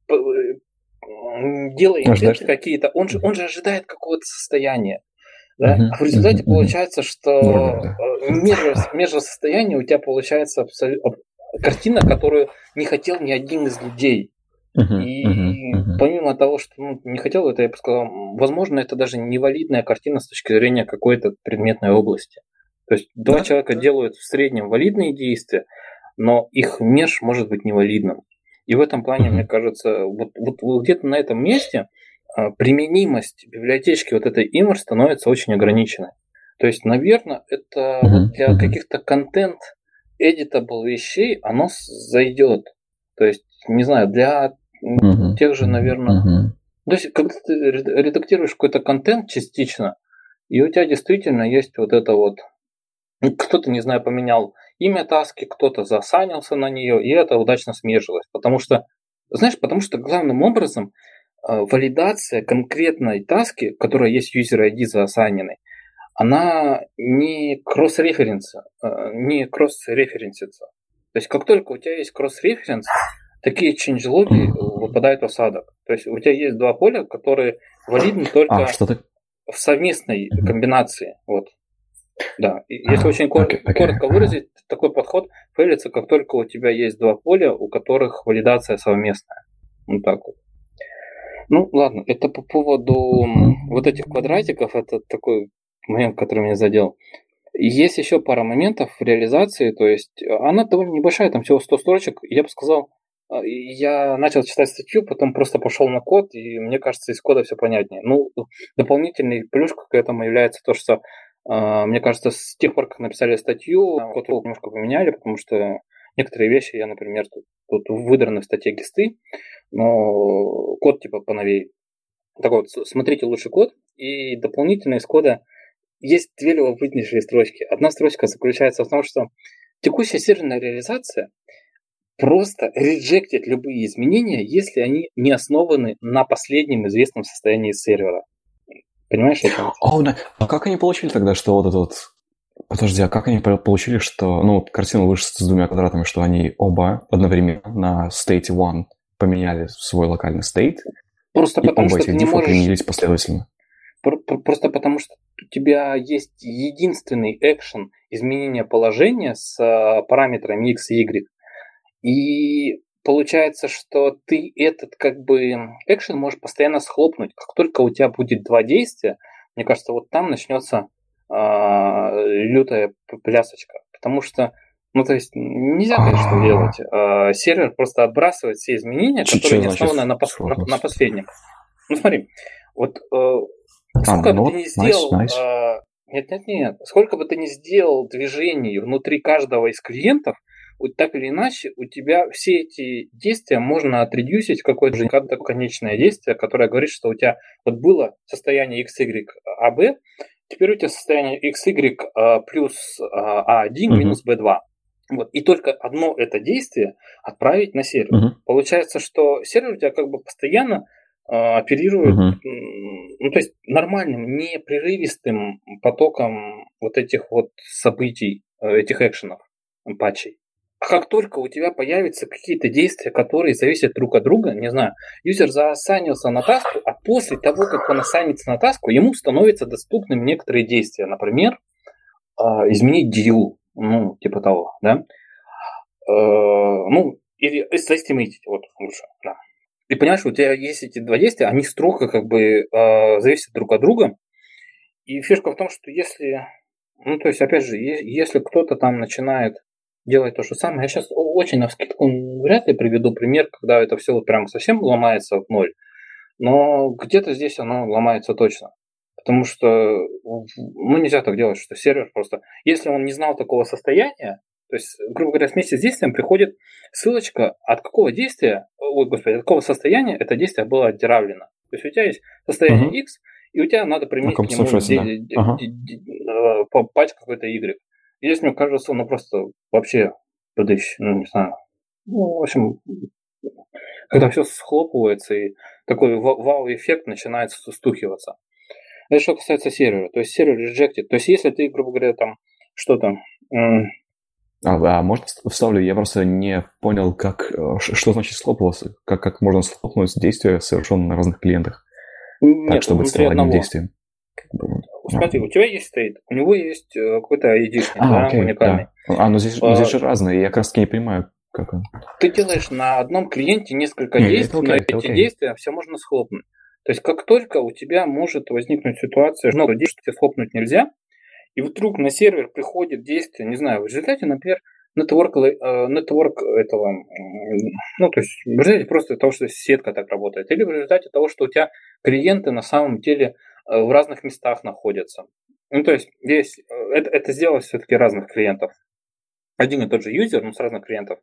делая интенты какие-то, он же, он же ожидает какого-то состояния. Да? Uh-huh, а в результате uh-huh, получается, что uh-huh. между состояния у тебя получается абсолютно картина, которую не хотел ни один из людей. Uh-huh, и uh-huh, uh-huh. помимо того, что ну, не хотел, это я бы сказал, возможно, это даже невалидная картина с точки зрения какой-то предметной области. То есть два uh-huh. человека uh-huh. делают в среднем валидные действия, но их меж может быть невалидным. И в этом плане, uh-huh. мне кажется, вот, вот, вот где-то на этом месте а, применимость библиотечки вот этой Immer становится очень ограниченной. То есть, наверное, это uh-huh. вот для uh-huh. каких-то контент-editable вещей оно зайдет. То есть, не знаю, для uh-huh. тех же, наверное... Uh-huh. То есть, когда ты редактируешь какой-то контент частично, и у тебя действительно есть вот это вот... Кто-то, не знаю, поменял имя таски, кто-то засанился на нее, и это удачно смежилось. Потому что, знаешь, потому что главным образом э, валидация конкретной таски, которая есть user ай ди заасайненной, она не кросс-референс, э, не кросс-референсится. То есть как только у тебя есть кросс-референс, такие change-логи выпадают в осадок. То есть у тебя есть два поля, которые валидны только а, в совместной комбинации. Вот. Да, если очень okay, кор- okay. коротко выразить, такой подход фейлится, как только у тебя есть два поля, у которых валидация совместная. Вот так вот. Ну, ладно, это по поводу вот этих квадратиков, это такой момент, который меня задел. Есть еще пара моментов в реализации, то есть она довольно небольшая, там всего сто строчек, я бы сказал, я начал читать статью, потом просто пошел на код, и мне кажется, из кода все понятнее. Ну, дополнительный плюшка к этому является то, что мне кажется, с тех пор, как написали статью, код немножко поменяли, потому что некоторые вещи я, например, тут, тут выдраны в статье гисты, но код типа поновее. Так вот, смотрите лучше код, и дополнительно из кода есть две любопытнейшие строчки. Одна строчка заключается в том, что текущая серверная реализация просто реджектит любые изменения, если они не основаны на последнем известном состоянии сервера. Понимаешь, о чем? О, да. А как они получили тогда, что вот этот вот... Подожди, а как они получили, что... Ну, картину выше с двумя квадратами, что они оба одновременно на state один поменяли свой локальный state, просто и потому, оба что этих ты не дифа можешь... применились последовательно? Просто потому, что у тебя есть единственный экшен изменения положения с параметрами x и y, и... Получается, что ты этот как бы экшен можешь постоянно схлопнуть. Как только у тебя будет два действия, мне кажется, вот там начнется э, лютая плясочка. Потому что, ну то есть нельзя, конечно, делать. Э, сервер просто отбрасывает все изменения, Ч- которые не значит, основаны на, пос- на, на последнем. Ну смотри, вот э, сколько а, бы ну, ты ни сделал... nice, nice. Э, нет, нет, нет. Сколько бы ты ни сделал движений внутри каждого из клиентов, вот так или иначе, у тебя все эти действия можно отредюсить в какое-то же конечное действие, которое говорит, что у тебя вот было состояние икс игрек эй би, теперь у тебя состояние икс игрек плюс эй один минус би два. Вот. И только одно это действие отправить на сервер. Uh-huh. Получается, что сервер у тебя как бы постоянно э, оперирует uh-huh. ну, то есть нормальным, непрерывистым потоком вот этих вот событий, этих экшенов, патчей. А как только у тебя появятся какие-то действия, которые зависят друг от друга, не знаю, юзер заасайнился на таску, а после того, как он ассайнится на таску, ему становятся доступны некоторые действия. Например, изменить дью. ну, типа того, да, э, ну, или estimate, вот лучше, да. И понимаешь, у тебя есть эти два действия, они строго как бы э, зависят друг от друга. И фишка в том, что если, ну, то есть, опять же, если кто-то там начинает делать то же самое, я сейчас очень навскидку вряд ли приведу пример, когда это все вот прям совсем ломается в ноль, но где-то здесь оно ломается точно. Потому что, ну, нельзя так делать, что сервер просто... Если он не знал такого состояния, то есть, грубо говоря, вместе с действием приходит ссылочка, от какого действия, ой, господи, от какого состояния это действие было отдиравлено. То есть у тебя есть состояние Угу. X, и у тебя надо применить к нему ди- ди- Ага. ди- ди- патч какой-то Y. И здесь, мне кажется, ну просто вообще подыщ, ну не знаю. Ну, в общем, когда все схлопывается и такой вау-эффект начинает стухиваться. Это что касается сервера. То есть сервер rejected. То есть если ты, грубо говоря, там что-то... А, а можно вставлю? Я просто не понял, как, что значит схлопывался. Как, как можно схлопнуть действия, совершенные на разных клиентах, Нет, так, чтобы это стало одним действием. Смотри, а. у тебя есть стейт, у него есть какой-то айдишник, а, да, окей, уникальный. Да. А, ну здесь, а, здесь же разные, я как раз таки не понимаю, как он. Ты делаешь на одном клиенте несколько Нет, действий, окей, но эти окей. действия все можно схлопнуть. То есть как только у тебя может возникнуть ситуация, что действие схлопнуть нельзя, и вдруг на сервер приходит действие, не знаю, в результате, например, network, network этого, ну, то есть в результате просто того, что сетка так работает, или в результате того, что у тебя клиенты на самом деле в разных местах находятся. Ну, то есть весь, это, это сделать все-таки разных клиентов. Один и тот же юзер, но с разных клиентов.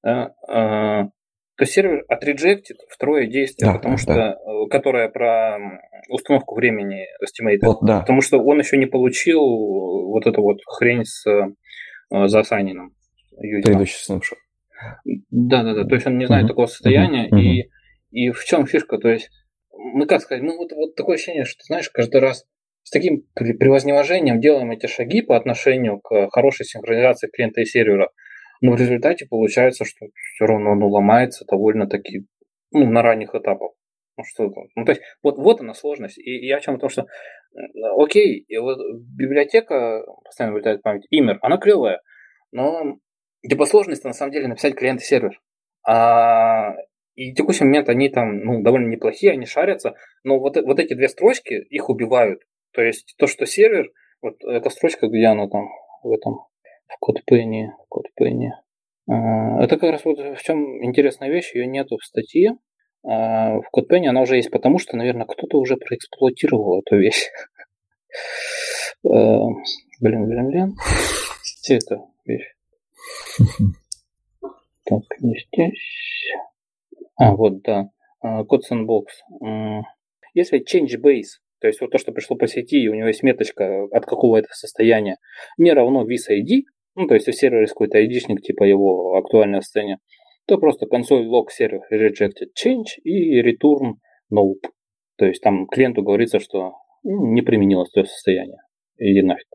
То есть сервер отреджектит второе действие, да, потому да, что, да. которое про установку времени estimate, вот, да. потому что он еще не получил вот эту вот хрень с заасайненным юзером. Предыдущий снапшот. Да, да, да. То есть он не знает uh-huh. такого состояния. Uh-huh. И, и в чем фишка? То есть, мы как сказать, ну вот, вот такое ощущение, что, знаешь, каждый раз с таким превознеможением делаем эти шаги по отношению к хорошей синхронизации клиента и сервера. Но в результате получается, что все равно оно ломается довольно-таки, ну, на ранних этапах. Ну, что там? Ну, то есть, вот, вот она сложность. И, и о чем? Потому что, окей, и вот библиотека, постоянно вылетает в память, Immer, она клевая, но типа сложность на самом деле написать клиент и сервер. А, и в текущий момент они там, ну, довольно неплохие, они шарятся, но вот, вот эти две строчки, их убивают. То есть, то, что сервер, вот эта строчка, где она там, в этом... В CodePenny, в CodePenny. Это как раз вот в чем интересная вещь, ее нету в статье. В CodePenny она уже есть, потому что, наверное, кто-то уже проэксплуатировал эту вещь. Блин, блин, блин. Где эта вещь? Так, не здесь. А, вот, да. Code Sandbox. Если change base, то есть вот то, что пришло по сети, и у него есть меточка от какого это состояния, не равно visID, ну, то есть, если сервер есть какой-то айдишник, типа его актуальное состояние, то просто консоль log сервер rejected change и return nope. То есть, там клиенту говорится, что ну, не применилось то состояние. Иди нафиг.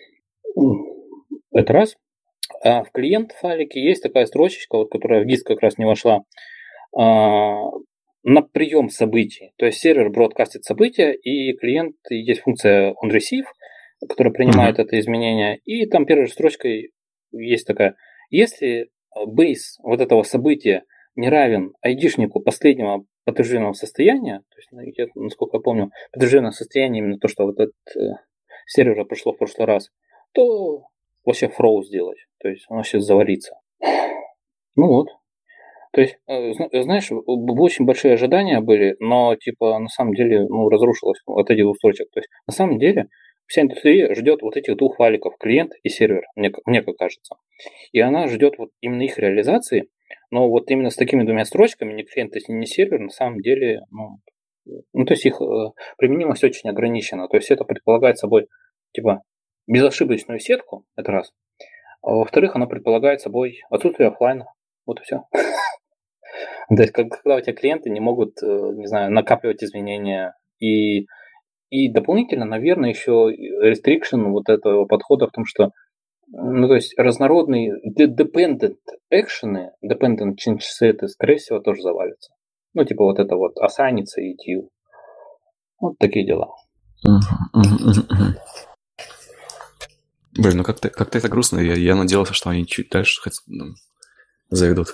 Это раз. А в клиент файлике есть такая строчечка, вот, которая в диск как раз не вошла, а, на прием событий. То есть, сервер бродкастит события, и клиент, есть функция onReceive, которая принимает uh-huh. это изменение. И там первой строчкой есть такая. Если бейс вот этого события не равен айдишнику последнего подтвержденного состояния, то есть, я, насколько я помню, подтвержденное состояние именно то, что вот от э, сервера прошло в прошлый раз, то вообще фроу сделать. То есть оно сейчас завалится. Ну вот. То есть, э, знаешь, очень большие ожидания были, но типа на самом деле ну, разрушилось от этих двух строчек. То есть на самом деле вся индустрия ждет вот этих двух файликов, клиент и сервер, мне, мне как кажется. И она ждет вот именно их реализации, но вот именно с такими двумя строчками, не клиент, не сервер, на самом деле, ну, ну то есть их э, применимость очень ограничена. То есть это предполагает собой, типа, безошибочную сетку, это раз. А во-вторых, она предполагает собой отсутствие офлайна. Вот и все. То есть, когда у тебя клиенты не могут, не знаю, накапливать изменения и И дополнительно, наверное, еще restriction вот этого подхода в том, что, ну, то есть разнородные dependent actions, dependent change set, скорее всего, тоже завалятся. Ну, типа вот это вот ассайнится и due. Вот такие дела. Блин, ну как-то, как-то это грустно. Я, я надеялся, что они чуть дальше хоть, ну, заведут.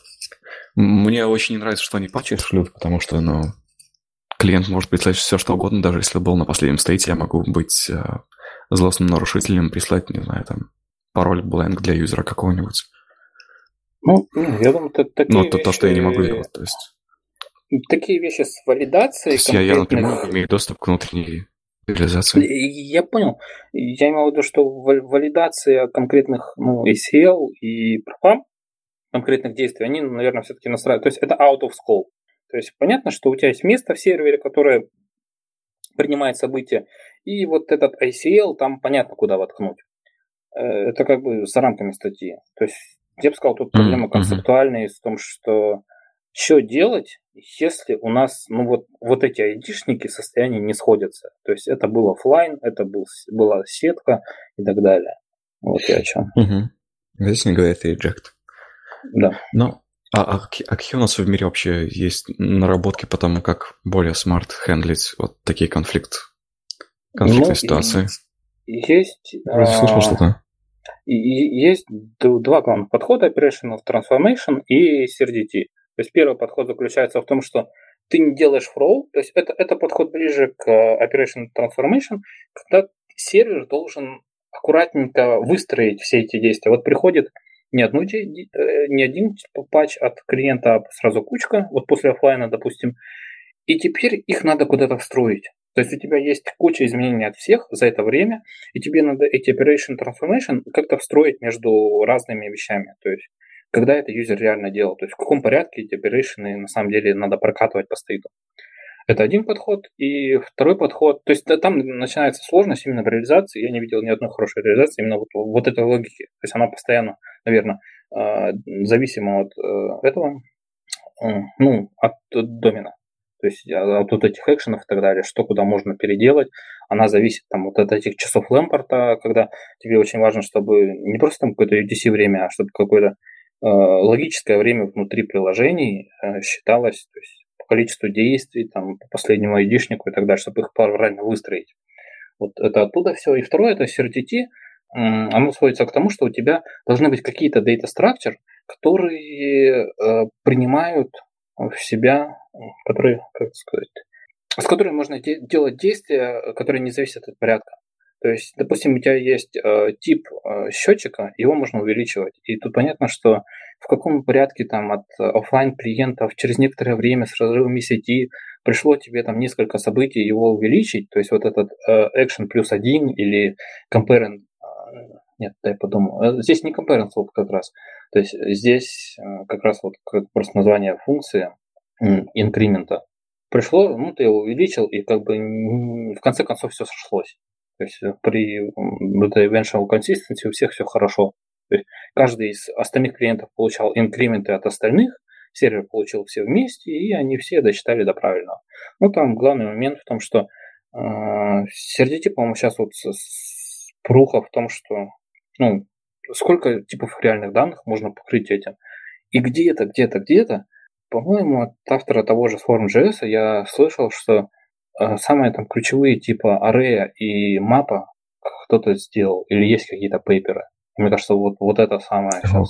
Мне очень не нравится, что они патчи шлют, потому что, ну, клиент может прислать все, что угодно, даже если был на последнем стейте, я могу быть э, злостным нарушителем, прислать, не знаю, там, пароль blank для юзера какого-нибудь. Ну, я думаю, это такие Но вещи... то, то, что я не могу делать, то есть... Такие вещи с валидацией То есть я, я конкретных... напрямую имею доступ к внутренней реализации. Я понял. Я имел в виду, что валидация конкретных, ну, эй си эл и права, конкретных действий, они, наверное, все-таки настраивают. То есть это out of scope. То есть понятно, что у тебя есть место в сервере, которое принимает события, и вот этот эй си эл, там понятно, куда воткнуть. Это как бы за рамками статьи. То есть я бы сказал, тут проблема Mm-hmm. концептуальная в том, что что делать, если у нас, ну вот, вот эти айдишники состояния не сходятся. То есть это был офлайн, это был, была сетка и так далее. Вот я о чем. Mm-hmm. Здесь не говорят reject. Да. Но а, а, а какие у нас в мире вообще есть наработки по тому, как более смарт хендлить вот такие конфликт, конфликтные ну, ситуации? Есть... Вроде слышал а, что-то. И, и есть два главных подхода: Operational Transformation и си ар ди ти. То есть первый подход заключается в том, что ты не делаешь фроу, то есть это, это подход ближе к Operational Transformation, когда сервер должен аккуратненько выстроить все эти действия. Вот приходит не, одну, не один патч от клиента, а сразу кучка, вот после офлайна, допустим, и теперь их надо куда-то встроить. То есть у тебя есть куча изменений от всех за это время, и тебе надо эти Operation Transformation как-то встроить между разными вещами. То есть когда это юзер реально делал, то есть в каком порядке эти оперейшены на самом деле надо прокатывать по стейту. Это один подход. И второй подход, то есть там начинается сложность именно в реализации. Я не видел ни одной хорошей реализации именно вот, вот этой логики. То есть она постоянно, наверное, зависима от этого, ну, от домена. То есть от вот этих экшенов и так далее, что куда можно переделать. Она зависит там вот от этих часов Лэмпорта, когда тебе очень важно, чтобы не просто там какое-то ю ти си время, а чтобы какое-то э, логическое время внутри приложений э, считалось, то есть по количеству действий, там, по последнему айдишнику и так далее, чтобы их правильно выстроить. Вот это оттуда все. И второе, это си ар ди ти. Оно сводится к тому, что у тебя должны быть какие-то data structure, которые э, принимают в себя, которые, как сказать, с которыми можно де- делать действия, которые не зависят от порядка. То есть, допустим, у тебя есть э, тип э, счетчика, его можно увеличивать. И тут понятно, что в каком порядке там от офлайн клиентов через некоторое время с разрывами сети пришло тебе там несколько событий, его увеличить. То есть вот этот э, action плюс один или comparing. Э, нет, дай подумаю. Здесь не comparing slope как раз. То есть здесь э, как раз вот как просто название функции э, инкремента. Пришло, ну, ты его увеличил, и как бы в конце концов все сошлось. То есть при этой eventual consistency у всех все хорошо. То есть каждый из остальных клиентов получал инкременты от остальных, сервер получил все вместе, и они все досчитали до правильного. Ну, там главный момент в том, что э, си ар ди ти, по-моему, сейчас вот с, с пруха в том, что ну, сколько типов реальных данных можно покрыть этим. И где-то, где-то, где-то, по-моему, от автора того же Form.js я слышал, что э, самые там ключевые типа array и мапа кто-то сделал, или есть какие-то пейперы. Мне кажется, вот, вот это самое сейчас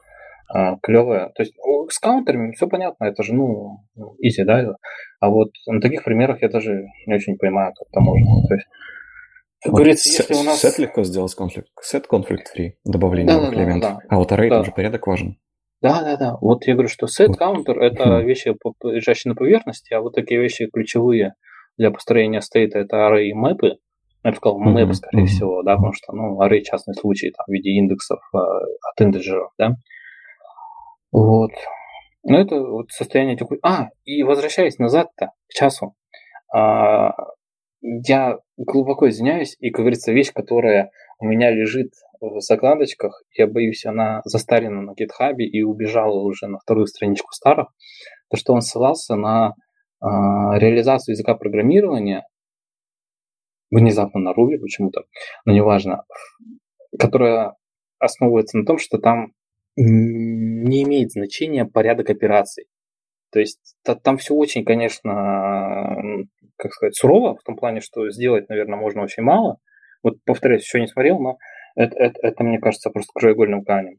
э, клевое. То есть с каунтерами все понятно, это же, ну, easy, да? А вот на таких примерах я даже не очень понимаю, как это можно. То есть, как вот говорится, если у нас... Сет легко сделать конфликт. Сет конфликт free, добавление да, новых да, элементов. Да, да, а вот array да. там же порядок важен. Да, да, да. Вот я говорю, что set, counter – это вещи, лежащие на поверхности, а вот такие вещи ключевые для построения стейта – это array и мэпы. Я бы сказал, мэпы, скорее uh-huh. всего, да, потому что, ну, array – частный случай, там, в виде индексов э, от интеджеров, да. Вот. Но это вот состояние такое. А, и возвращаясь назад-то, к часу, а, я глубоко извиняюсь, и, как говорится, вещь, которая у меня лежит в закладочках, я боюсь, она застарена на GitHub и убежала уже на вторую страничку старых, то что он ссылался на э, реализацию языка программирования, внезапно на Ruby почему-то, но неважно, которая основывается на том, что там не имеет значения порядок операций. То есть там все очень, конечно, как сказать, сурово, в том плане, что сделать, наверное, можно очень мало. Вот, повторяюсь, еще не смотрел, но Это, это, это, мне кажется, просто краеугольным камнем.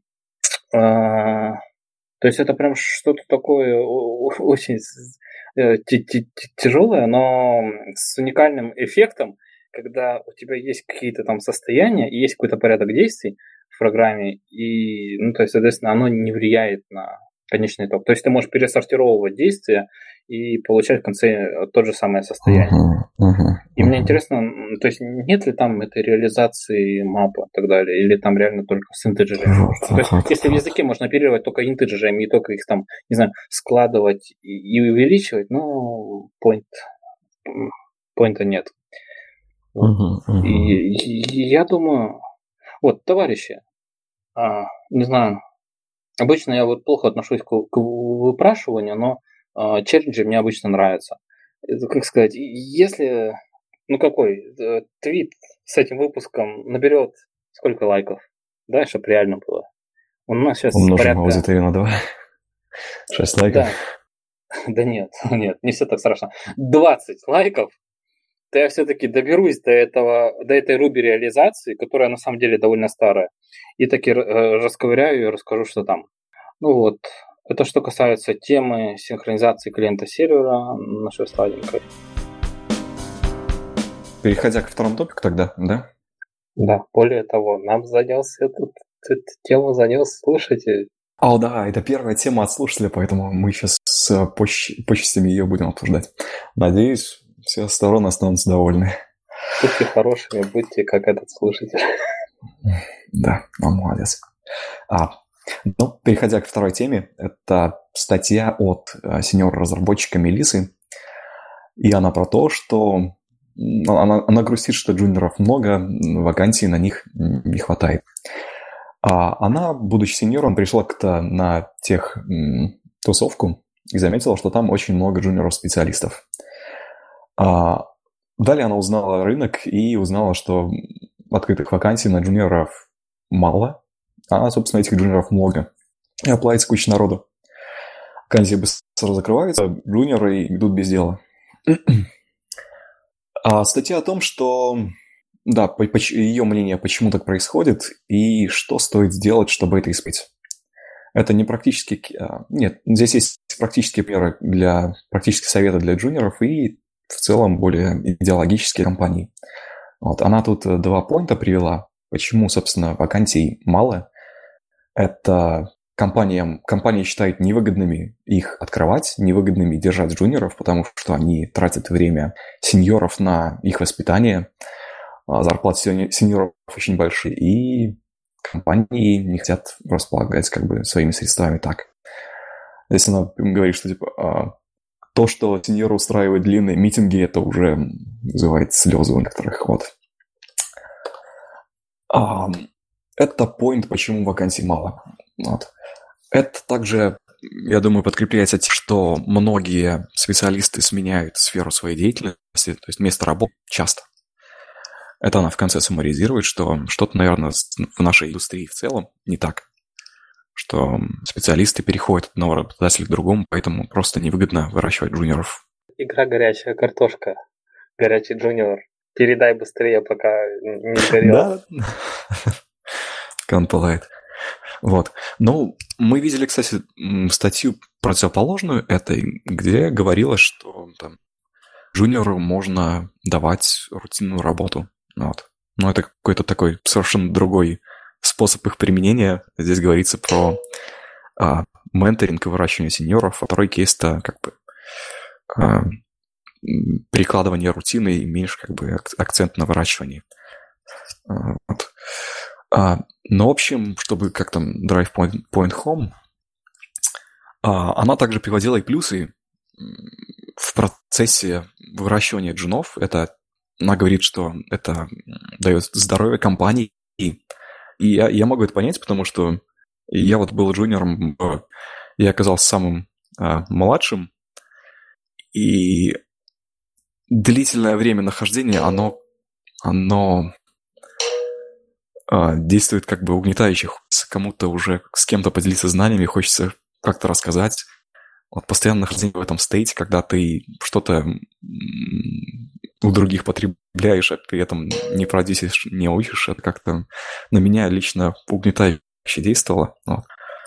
А, то есть это прям что-то такое очень тяжелое, но с уникальным эффектом, когда у тебя есть какие-то там состояния и есть какой-то порядок действий в программе, и, ну, то есть, соответственно, оно не влияет на конечный итог. То есть ты можешь пересортировывать действия и получать в конце то же самое состояние. Uh-huh, uh-huh, и uh-huh. Мне интересно, то есть нет ли там этой реализации мапа и так далее, или там реально только с интеджерами? Uh-huh, то есть uh-huh. если в языке можно оперировать только интеджерами и только их там, не знаю, складывать и, и увеличивать, ну, point, поинта нет. Вот. Uh-huh, uh-huh. И, и я думаю, вот, товарищи, а, не знаю, обычно я вот плохо отношусь к, к выпрашиванию, но э, челленджи мне обычно нравятся. Это, как сказать, если, ну какой, э, твит с этим выпуском наберет сколько лайков, да, чтобы реально было. У нас сейчас умножим порядка... аудиторию на два. шесть лайков. Да. да нет, нет, не все так страшно. двадцать лайков, то я все-таки доберусь до этого, до этой Ruby реализации, которая на самом деле довольно старая, и таки расковыряю и расскажу, что там. Ну вот, это что касается темы синхронизации клиента-сервера нашей сладенькой. Переходя к второму топику тогда, да? Да, более того, нам занялся этот, эту тему занес слушатель. О, да, это первая тема от слушателя, поэтому мы сейчас с поч- почестями ее будем обсуждать. Надеюсь, все стороны останутся довольны. Будьте хорошими, будьте как этот слушатель. Да, он молодец. А, ну, переходя к второй теме, это статья от сеньор-разработчика Мелисы, и она про то, что она, она грустит, что джуниоров много, вакансий на них не хватает. А она, будучи сеньором, пришла как-то на тех м, тусовку и заметила, что там очень много джуниоров-специалистов. А далее она узнала рынок и узнала, что открытых вакансий на джуниоров мало, а, собственно, этих джуниоров много. И оплатится куча народу. Вакансии быстро закрываются, джуниоры идут без дела. А статья о том, что, да, ее мнение, почему так происходит и что стоит сделать, чтобы это исправить. Это не практически... Нет, здесь есть практические примеры для... Практические советы для джуниоров и в целом более идеологические компании. Вот. Она тут два поинта привела, почему, собственно, вакансий мало. Это компаниям, компании считают невыгодными их открывать, невыгодными держать джуниоров, потому что они тратят время сеньоров на их воспитание. Зарплаты сеньоров очень большие, и компании не хотят располагать как бы своими средствами так. Здесь она говорит, что типа то, что сеньоры устраивают длинные митинги, это уже вызывает слезы у некоторых. Вот. Это поинт, почему вакансий мало. Вот. Это также, я думаю, подкрепляется тем, что многие специалисты сменяют сферу своей деятельности, то есть место работы часто. Это она в конце саммаризирует, что что-то, наверное, в нашей индустрии в целом не так. Что специалисты переходят от одного работодателя к другому, поэтому просто невыгодно выращивать джуниоров. Игра «Горячая картошка». Горячий джуниор. Передай быстрее, пока не сгорел. Да. Конпылает. Вот. Ну, мы видели, кстати, статью противоположную этой, где говорилось, что там джуниору можно давать рутинную работу. Вот. Но это какой-то такой совершенно другой способ их применения. Здесь говорится про а, менторинг и выращивание сеньоров, а второй кейс – это как бы а, перекладывание рутины и меньше как бы акцент на выращивании. А, вот. А, но, в общем, чтобы как там drive point, point home, а, она также приводила и плюсы в процессе выращивания джунов. Это, она говорит, что это дает здоровье компании. И, и я, я могу это понять, потому что я вот был джуниором, я оказался самым а, младшим, и длительное время нахождения, оно, оно а, действует как бы угнетающе. Хочется кому-то уже с кем-то поделиться знаниями, хочется как-то рассказать. Вот постоянно нахождение в этом стейте, когда ты что-то у других потребуешь, потребляешь, а при этом не продюсишь, не учишь, это как-то на меня лично угнетающе действовало. Вот.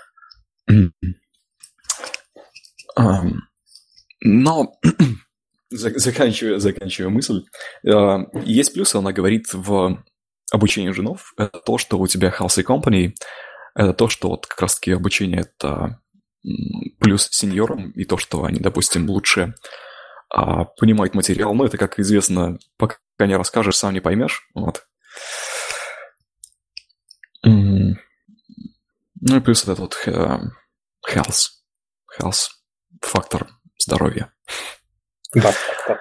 Но заканчивая, заканчивая мысль, есть плюсы, она говорит в обучении джунов, это то, что у тебя healthy company, это то, что вот как раз-таки обучение это плюс сеньорам, и то, что они, допустим, лучше а, понимают материал. Ну, это, как известно, пока не расскажешь, сам не поймешь. Вот. Ну и плюс этот вот health, health, фактор здоровья. Да, фактор.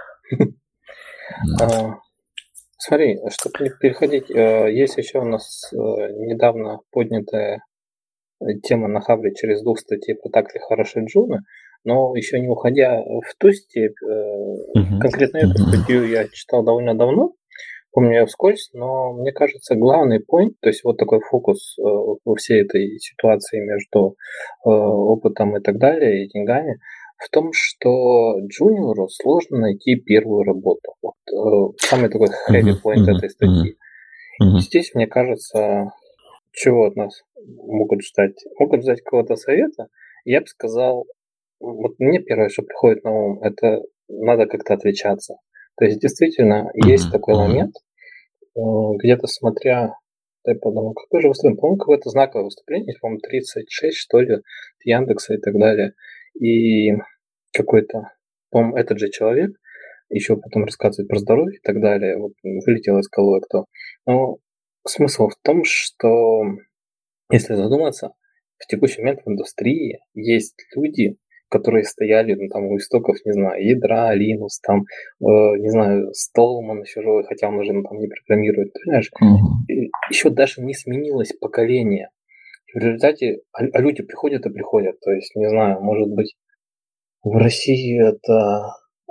Смотри, чтобы не переходить, есть еще у нас недавно поднятая тема на Хабре через двух статей про так ли хороши джуны, но еще не уходя в ту степь, uh-huh. конкретно эту uh-huh. статью я читал довольно давно, помню ее вскользь, но мне кажется, главный point, то есть вот такой фокус во всей этой ситуации между опытом и так далее, и деньгами, в том, что джуниору сложно найти первую работу. Вот, э, самый такой heavy point uh-huh. этой статьи. Uh-huh. Здесь, мне кажется, чего от нас могут ждать? Могут ждать какого-то совета. Я бы сказал, вот мне первое, что приходит на ум, это надо как-то отличаться. То есть, действительно, uh-huh. есть такой uh-huh. момент, э, где-то смотря, дай подумаю, какое же выступление? По-моему, какое-то знаковое выступление, по-моему, тридцать шесть, что ли, Яндекса и так далее. И какой-то, по-моему, этот же человек, еще потом рассказывает про здоровье и так далее, вот вылетел из головы кто. Но смысл в том, что, если задуматься, в текущий момент в индустрии есть люди, которые стояли ну, там, у истоков, не знаю, ядра, Linux, там, э, не знаю, Stallman еще живой, хотя он уже ну, там не программирует, понимаешь? Mm-hmm. Еще даже не сменилось поколение. В результате, а, а люди приходят и приходят, то есть, не знаю, может быть, в России это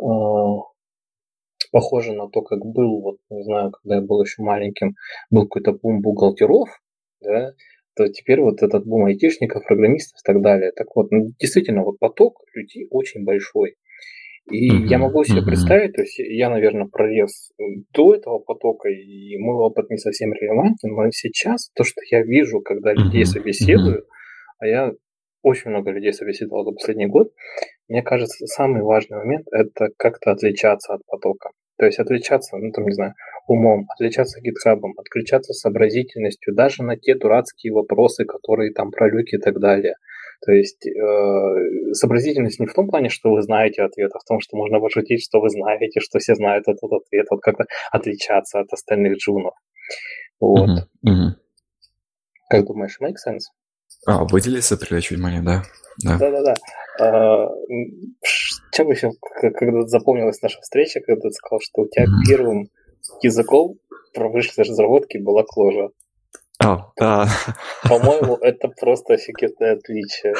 э, похоже на то, как был, вот, не знаю, когда я был еще маленьким, был какой-то бум бухгалтеров, да, то теперь вот этот бум айтишников, программистов и так далее. Так вот, ну, действительно, вот поток людей очень большой. И uh-huh, я могу себе uh-huh. представить, то есть я, наверное, пролез до этого потока, и мой опыт не совсем релевантен, но сейчас то, что я вижу, когда людей uh-huh, собеседую, uh-huh. а я очень много людей собеседовал за последний год, мне кажется, самый важный момент – это как-то отличаться от потока. То есть отличаться, ну, там, не знаю, умом, отличаться гитхабом, отличаться сообразительностью, даже на те дурацкие вопросы, которые там про люки и так далее. То есть э, сообразительность не в том плане, что вы знаете ответ, а в том, что можно пошутить, что вы знаете, что все знают этот ответ, вот как-то отличаться от остальных джунов. Вот. Uh-huh, uh-huh. Как думаешь, make sense? А, выделиться, привлечь внимание, да. Да. Да-да-да. А, чем еще, когда запомнилась наша встреча, когда ты сказал, что у тебя mm-hmm. первым языком промышленной разработки была Clojure. Oh, да. По-моему, это просто офигенное отличие.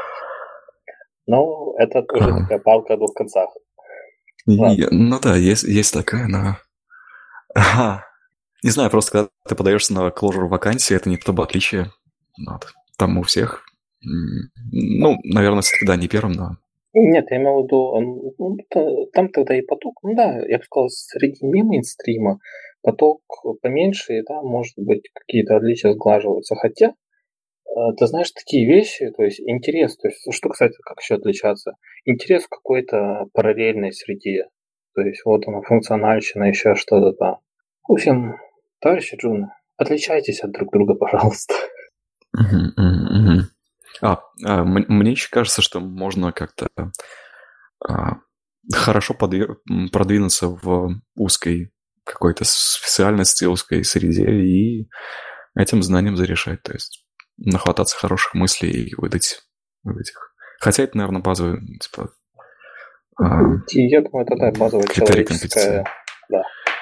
Но это уже uh-huh. такая палка о двух концах. И, ну да, есть, есть такая, но... Ага. Не знаю, просто когда ты подаешься на Clojure вакансии, это не то бы отличие. Вот. Там у всех... Ну, наверное, всегда не первым, но... Нет, я имел в виду, ну, там тогда и поток, ну да, я бы сказал, среди не мейнстрима поток поменьше, и да, может быть, какие-то отличия сглаживаются. Хотя, ты знаешь, такие вещи, то есть интерес, то есть, что, кстати, как еще отличаться? Интерес в какой-то параллельной среде. То есть, вот она, функциональщина, еще что-то там. В общем, товарищи джуны, отличайтесь от друг друга, пожалуйста. Uh-huh, uh-huh. А, а, мне еще кажется, что можно как-то а, хорошо подви- продвинуться в узкой какой-то специальности, узкой среде и этим знанием зарешать. То есть нахвататься хороших мыслей и выдать, выдать их. Хотя это, наверное, базовый, типа... А, Я думаю, это да, базовая человеческая... Да.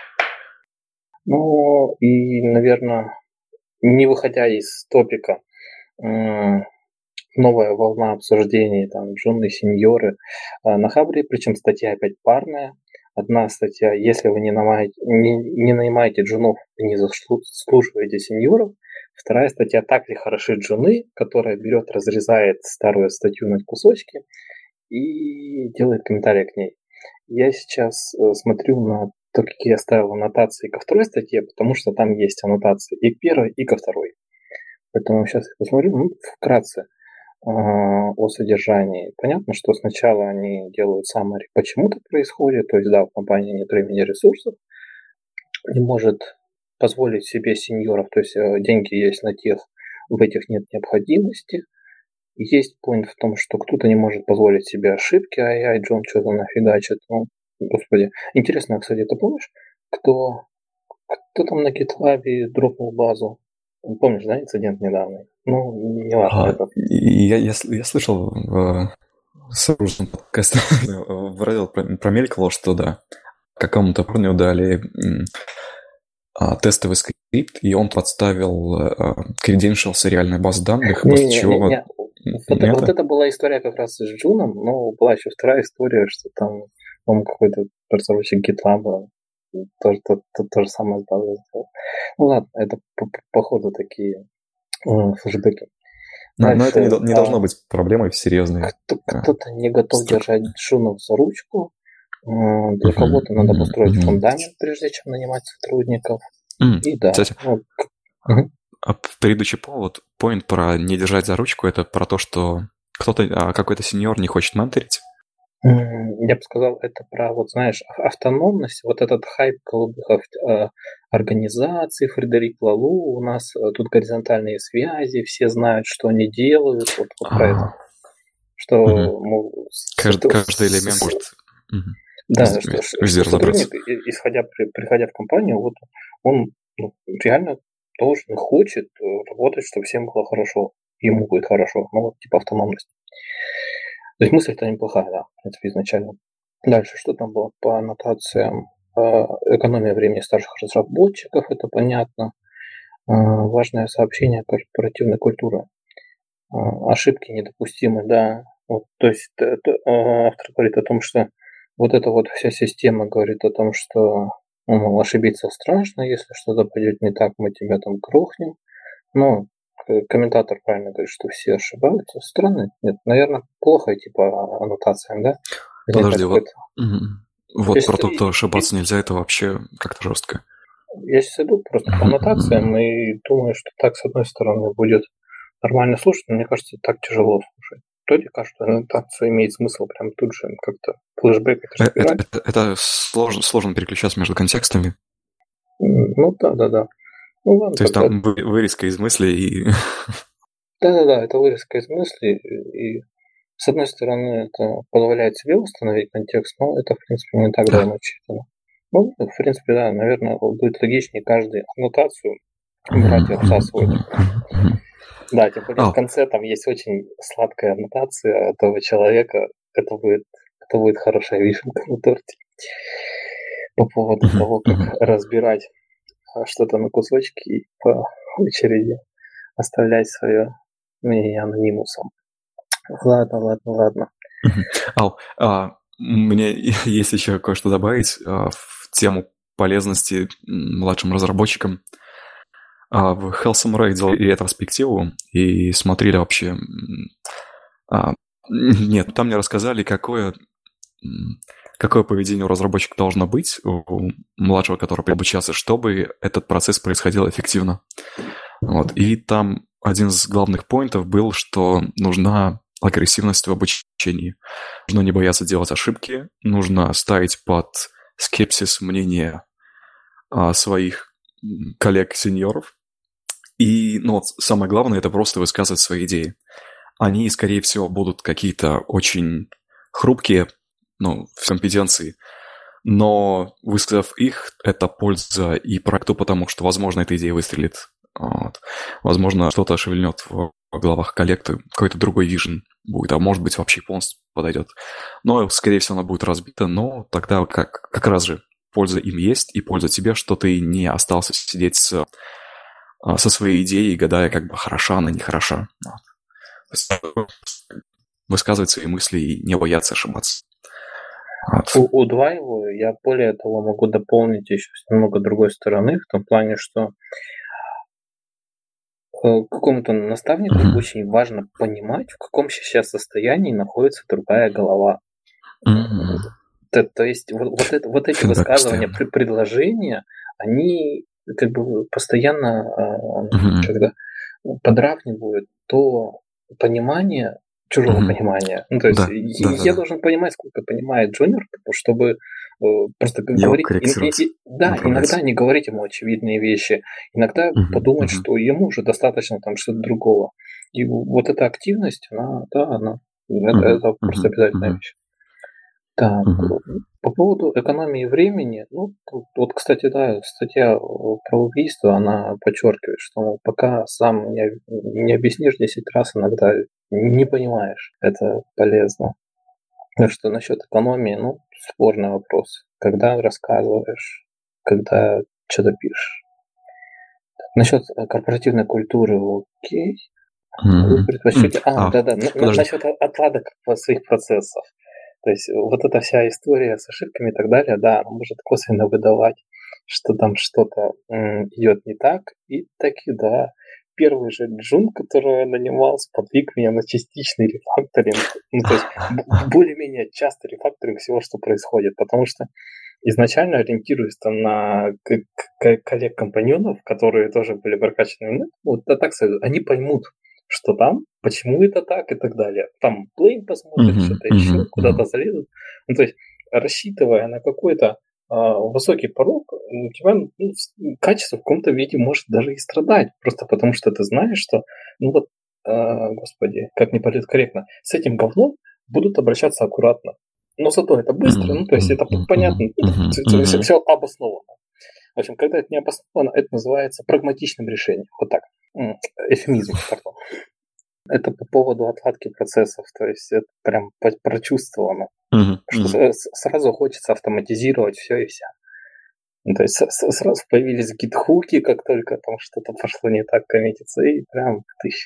Ну, и, наверное, не выходя из топика, новая волна обсуждений, там, джуны, сеньоры на Хабре, причем статья опять парная. Одна статья, если вы не нанимаете, не, не нанимаете джунов и не заслуживаете сеньоров. Вторая статья, так ли хороши джуны, которая берет, разрезает старую статью на кусочки и делает комментарий к ней. Я сейчас смотрю на то, какие я ставил аннотации ко второй статье, потому что там есть аннотации и к первой, и ко второй. Поэтому сейчас я посмотрю, ну, вкратце о содержании. Понятно, что сначала они делают summary, почему так происходит, то есть, да, в компании нет времени и ресурсов, не может позволить себе сеньоров, то есть деньги есть на тех, в этих нет необходимости. Есть point в том, что кто-то не может позволить себе ошибки, ай-яй, Джон что-то нафигачит. Ну, господи. Интересно, кстати, ты помнишь, кто, кто там на GitLab дропнул базу? Помнишь, да, инцидент недавний? Ну, не важно. А, это... я, я, я слышал в союзном подкасте, в Reddit промелькало, что да, какому-то парню дали а, тестовый скрипт, и он подставил а, credentials реальной базы данных, после не, чего... Не, не, не. Вот, вот это была история как раз с Джуном, но была еще вторая история, что там он какой-то разработчик GitLab тоже то, то, то же самое сделал. Ну ладно, это по, по, по ходу такие э, флешбеки. Но, но это не, не должно а, быть проблемой серьезной. Кто, кто-то не готов Стр... держать Джунов за ручку. Для uh-huh, кого-то uh-huh, надо построить uh-huh. фундамент, прежде чем нанимать сотрудников. Mm, и да. Кстати, ну, uh-huh. а предыдущий повод, point про не держать за ручку, это про то, что кто-то, какой-то сеньор не хочет менторить. Я бы сказал, это про, вот знаешь, автономность, вот этот хайп голубых организаций, Фредерик Лалу, у нас тут горизонтальные связи, все знают, что они делают, вот, вот про это. Что, угу. мол, каждый, с, каждый с, элемент с, может угу. да, везде, что, везде что сотрудник, исходя, при, приходя в компанию, вот он ну, реально должен, хочет работать, чтобы всем было хорошо, ему будет хорошо, ну вот типа автономность. То есть мысль-то неплохая, да, в принципе, изначально. Дальше, что там было по аннотациям? Экономия времени старших разработчиков, это понятно. Важное сообщение корпоративной культуры. Ошибки недопустимы, да. Вот, то есть автор говорит о том, что вот эта вот вся система говорит о том, что ну, ошибиться страшно, если что-то пойдет не так, мы тебя там крохнем. Но комментатор правильно говорит, что все ошибаются. Странно? Нет, наверное, плохо идти по аннотациям, да? Подожди, вот, вот есть, про то, что ошибаться есть... нельзя, это вообще как-то жестко. Я сейчас иду просто по аннотациям и думаю, что так, с одной стороны, будет нормально слушать, но мне кажется, так тяжело слушать. Вроде кажется, аннотацию имеет смысл прям тут же как-то флешбэк это, это, это, это сложно, сложно переключаться между контекстами. Ну да, да, да. Ну, ладно, то есть там это... вырезка из мыслей и... Да-да-да, это вырезка из мыслей, и с одной стороны это позволяет себе установить контекст, но это, в принципе, не так давно читано. Ну, в принципе, да, наверное, будет логичнее каждую аннотацию брать и обсасывать. Да, тем более в конце там есть очень сладкая аннотация этого человека, это будет, это будет хорошая вишенка на торте по поводу того, как разбирать что-то на кусочки и по очереди оставлять свое мнение анонимусом. Ладно, ладно, ладно. Ау, а, мне есть еще кое-что добавить а, в тему полезности младшим разработчикам. А, в Hell Samurai делали ретроспективу и смотрели вообще... А, нет, там мне рассказали, какое... какое поведение у разработчика должно быть, у младшего, который обучался, чтобы этот процесс происходил эффективно. Вот. И там один из главных поинтов был, что нужна агрессивность в обучении. Нужно не бояться делать ошибки, нужно ставить под скепсис мнения своих коллег-сеньоров. И ну, вот, самое главное – это просто высказывать свои идеи. Они, скорее всего, будут какие-то очень хрупкие, ну, в компетенции, но высказав их, это польза и проекту, потому что, возможно, эта идея выстрелит. Вот. Возможно, что-то шевельнет в головах коллег, какой-то другой вижен будет, а может быть, вообще полностью подойдет. Но, скорее всего, она будет разбита, но тогда как, как раз же польза им есть, и польза тебе, что ты не остался сидеть с, со своей идеей, гадая, как бы хороша она, не хороша. Вот. Высказывать свои мысли и не бояться ошибаться. Вот. У, удваиваю, я более того могу дополнить еще с немного другой стороны, в том плане, что какому-то наставнику mm-hmm. очень важно понимать, в каком сейчас состоянии находится другая голова. Mm-hmm. То, то есть вот, вот, это, вот эти высказывания, да, предложения, они как бы постоянно uh-huh. когда подравнивают то понимание чужого uh-huh. понимания. Ну, то есть да, я, да, я да. должен понимать, сколько понимает джуниор, чтобы э, просто я говорить... И, и, и, да, иногда не говорить ему очевидные вещи, иногда uh-huh. подумать, uh-huh. что ему уже достаточно там что-то другого. И вот эта активность, она, да, она, uh-huh. это, это просто uh-huh. обязательная uh-huh. вещь. Так, угу. По поводу экономии времени, ну, вот, кстати, да, статья про убийство, она подчеркивает, что пока сам не, не объяснишь десять раз, иногда не понимаешь, это полезно. Так что насчет экономии, ну, спорный вопрос. Когда рассказываешь, когда что-то пишешь. Насчет корпоративной культуры, окей. Вы предпочтете... А, да-да, насчет отладок своих процессов. То есть вот эта вся история с ошибками и так далее, да, она может косвенно выдавать, что там что-то м, идет не так. И таки, да, первый же джун, который я нанимал, сподвиг меня на частичный рефакторинг. Ну, то есть более-менее частый рефакторинг всего, что происходит. Потому что изначально ориентируюсь там на коллег-компаньонов, которые тоже были прокачаны. Ну, вот так сказать, они поймут, что там, почему это так и так далее. Там плейн посмотрят, uh-huh, что-то uh-huh, еще, uh-huh. куда-то залезут. Ну, то есть, рассчитывая на какой-то э, высокий порог, у тебя ну, качество в каком-то виде может даже и страдать. Просто потому, что ты знаешь, что, ну вот, э, господи, как не политкорректно, с этим говном будут обращаться аккуратно. Но зато это быстро, uh-huh, ну, то есть, это uh-huh, понятно, uh-huh, uh-huh. Все, все обосновано. В общем, когда это не обосновано, это называется прагматичным решением. Вот так. Эфемизм, пардон. Это по поводу отладки процессов, то есть это прям прочувствовано, uh-huh, что uh-huh. сразу хочется автоматизировать все и вся. То есть сразу появились гитхуки, как только там что-то пошло не так, коммитится, и прям тысяч.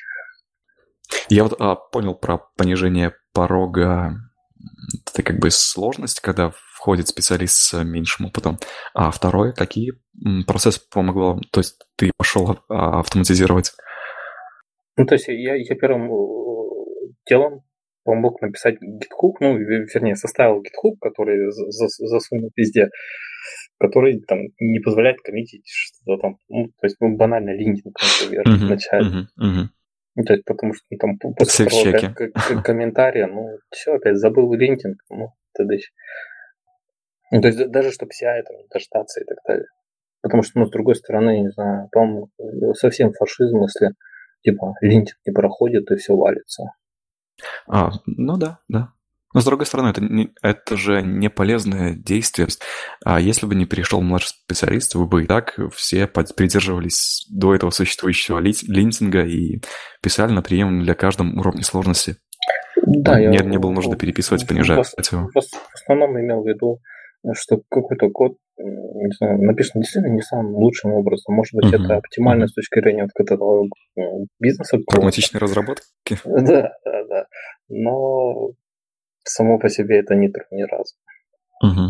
Я вот а, понял про понижение порога, это как бы сложность, когда входит специалист с меньшим опытом. А второе, какие процессы помогло? То есть ты пошел автоматизировать? Ну, то есть я, я первым делом помог написать гитхук, ну, вернее, составил гитхук, который засунул везде, который там не позволяет коммитить что-то там, ну, то есть банально линкинг, например, uh-huh, в начале. Uh-huh, uh-huh. Ну, то есть потому что ну, там после второго к- к- комментария, ну, все, опять забыл линкинг, ну, т.д. Ну, то есть даже чтобы си ай там не дождаться и так далее. Потому что, ну, с другой стороны, не знаю, по-моему, совсем фашизм, если типа линтинг не проходит и все валится. А, ну да, да. Но с другой стороны, это, не, это же не полезное действие. А если бы не перешел младший специалист, вы бы и так все придерживались до этого существующего линтинга и писали на прием для каждого уровня сложности. Да, не, я не было нужды переписывать, понижать в, его. В, в основном имел в виду, что какой-то код не знаю, написан действительно не самым лучшим образом. Может быть, uh-huh, это оптимально uh-huh. с точки зрения вот этого бизнеса. Прагматичной разработки? Да, да, да. Но само по себе это не трудно ни разу. Uh-huh.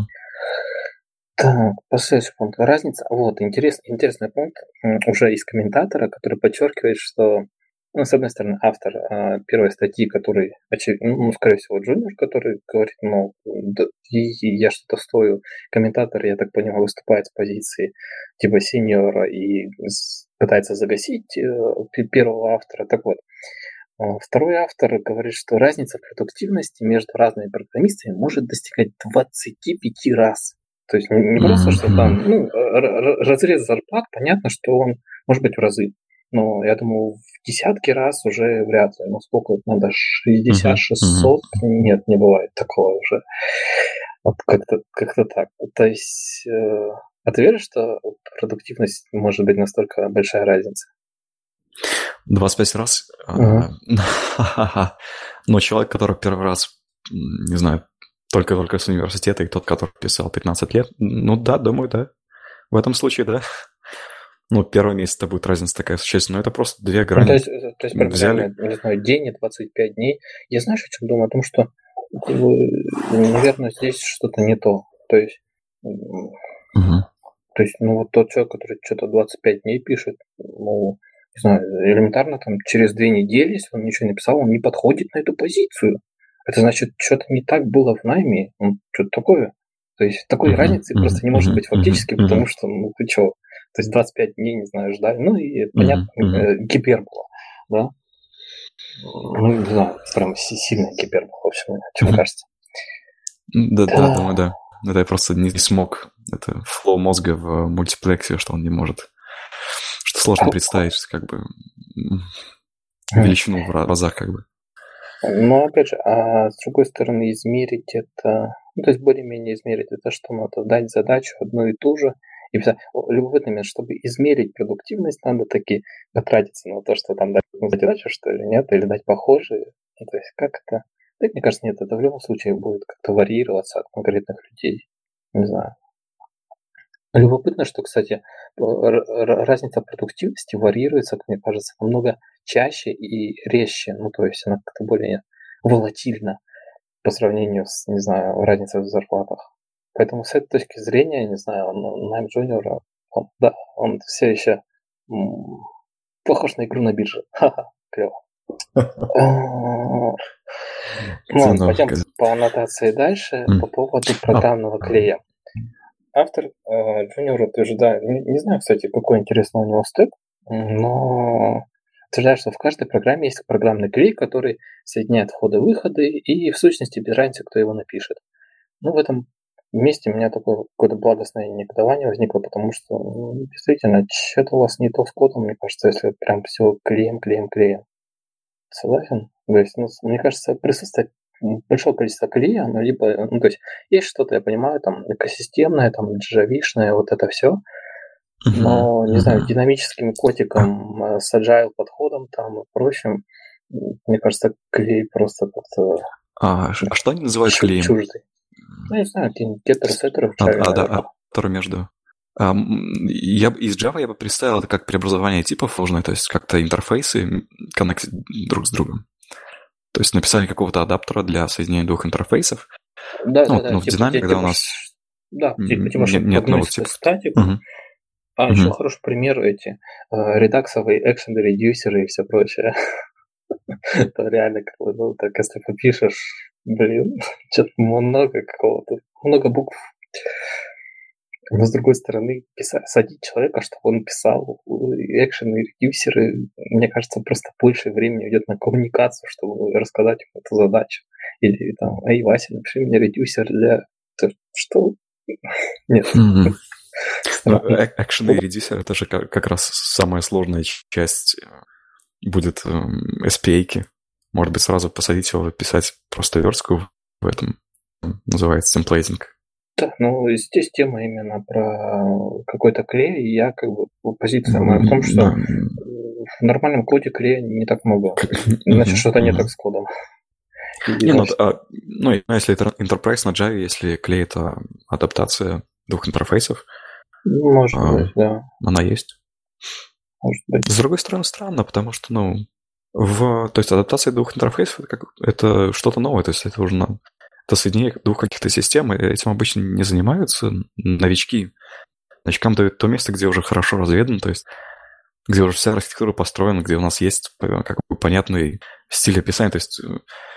Так, последующий пункт. Разница. Вот, интерес, интересный пункт уже из комментатора, который подчеркивает, что ну, с одной стороны, автор э, первой статьи, который, очевидно, ну, скорее всего, джуниор, который говорит, ну, да, я что-то стою. Комментатор, я так понимаю, выступает с позиции типа сеньора и пытается загасить э, первого автора. Так вот, э, второй автор говорит, что разница в продуктивности между разными программистами может достигать двадцать пять раз. То есть не просто, что там ну, разрез зарплат, понятно, что он может быть в разы. Но я думаю, в десятки раз уже вряд ли. Ну, сколько надо? шестьдесят шестьсот? Uh-huh. Нет, не бывает такого уже. Вот как-то, как-то так. То есть, э, а ты веришь, что продуктивность может быть настолько большая разница? двадцать пять раз? Uh-huh. Но человек, который первый раз, не знаю, только-только с университета, и тот, который писал пятнадцать лет, ну да, думаю, да. В этом случае, да. Ну, первый месяц это будет разница такая существенная, но это просто две грани. Ну, то есть, то есть взяли... не знаю, день и двадцать пять дней. Я знаешь, о чем думаю? О том, что, наверное, здесь что-то не то. То есть, угу. то есть, ну, вот тот человек, который что-то двадцать пять дней пишет, ну, не знаю, элементарно там через две недели, если он ничего не писал, он не подходит на эту позицию. Это значит, что-то не так было в найме, ну, что-то такое. То есть такой uh-huh, разницы uh-huh, просто не может uh-huh, быть фактически, uh-huh, потому что, ну ты чё, то есть двадцать пять дней, не знаю, ждали, ну и, понятно, uh-huh. гипербола, да? Ну, не знаю, прям сильная гипербола, в общем, чем uh-huh. кажется. Да, да, думаю, да. Это я просто не смог, это флоу мозга в мультиплексе, что он не может. Что сложно представить, как бы, величину в разах, как бы. Но, опять же, а с другой стороны, измерить это, ну, то есть более-менее измерить это, что надо дать задачу одну и ту же, и писать. Любопытный момент, чтобы измерить продуктивность, надо таки потратиться на то, что там дать задачу, что ли, нет, или дать похожие. Ну, то есть как это? Да, мне кажется, нет, это в любом случае будет как-то варьироваться от конкретных людей. Не знаю. Любопытно, что, кстати, разница продуктивности варьируется, как мне кажется, намного чаще и резче. Ну, то есть она как-то более волатильна по сравнению с, не знаю, разницей в зарплатах. Поэтому с этой точки зрения, не знаю, найм джуниора, он, да, он все еще м- похож на игру на бирже. Ха-ха, клево. Ну, пойдем по аннотации дальше по поводу программного клея. Автор джуниор утверждает, не, не знаю, кстати, какой интересный у него стек, но утверждает, что в каждой программе есть программный клей, который соединяет входы-выходы, и в сущности без разницы, кто его напишет. Ну, в этом месте у меня такое какое-то благостное негодование возникло, потому что ну, действительно, что-то у вас не то с кодом, мне кажется, если прям все клеем, клеем, клеем. Согласен? То есть, ну, мне кажется, присутствует большое количество клея, ну, либо, ну, то есть, есть что-то, я понимаю, там, экосистемное, там, джавишное, вот это все, но, не знаю, динамическим котиком, с agile подходом там и прочим, мне кажется, клей просто как-то... А, а что они называют чуд- клеем? Чуждый. Ну, не знаю, геттер-сеттеры в Java, А, а, да, наверное. а, который между... А, я, из Java я бы представил это как преобразование типов сложное, то есть как-то интерфейсы коннектить друг с другом. То есть написали какого-то адаптера для соединения двух интерфейсов. Да, ну, да, да. ну, в Типа, динамике, типа, когда у нас да, типа, типа, нет, чтобы нет новых погнуть типов. статику. Угу. А угу. еще хороший пример эти редаксовые экшены, редюсеры и все прочее. Это реально, как бы, ну, так, если попишешь, блин, что-то много какого-то, много букв. Но, с другой стороны, писать, садить человека, чтобы он писал экшены, редюсеры, мне кажется, просто больше времени идет на коммуникацию, чтобы рассказать ему эту задачу. Или там, эй, Вася, напиши мне редюсер для... Что? Нет. Ну, экшены и редюсер — это же как раз самая сложная часть будет эс пи эй-ки. Может быть, сразу посадить его писать просто верстку в этом, называется темплейтинг. Да, ну здесь тема именно про какой-то клей, и я как бы позиция моя в том, что в нормальном коде клея не так много. Значит, что-то не так с кодом. Не, ну, а, ну, если это Enterprise на Java, если клей — это адаптация двух интерфейсов, может а, быть, да. Она есть. Может быть. С другой стороны, странно, потому что, ну, в, то есть адаптация двух интерфейсов это, как, это что-то новое, то есть это уже на, это соединение двух каких-то систем, и этим обычно не занимаются новички. Новичкам дают то место, где уже хорошо разведано, то есть где уже вся архитектура построена, где у нас есть как бы понятный стиль описания, то есть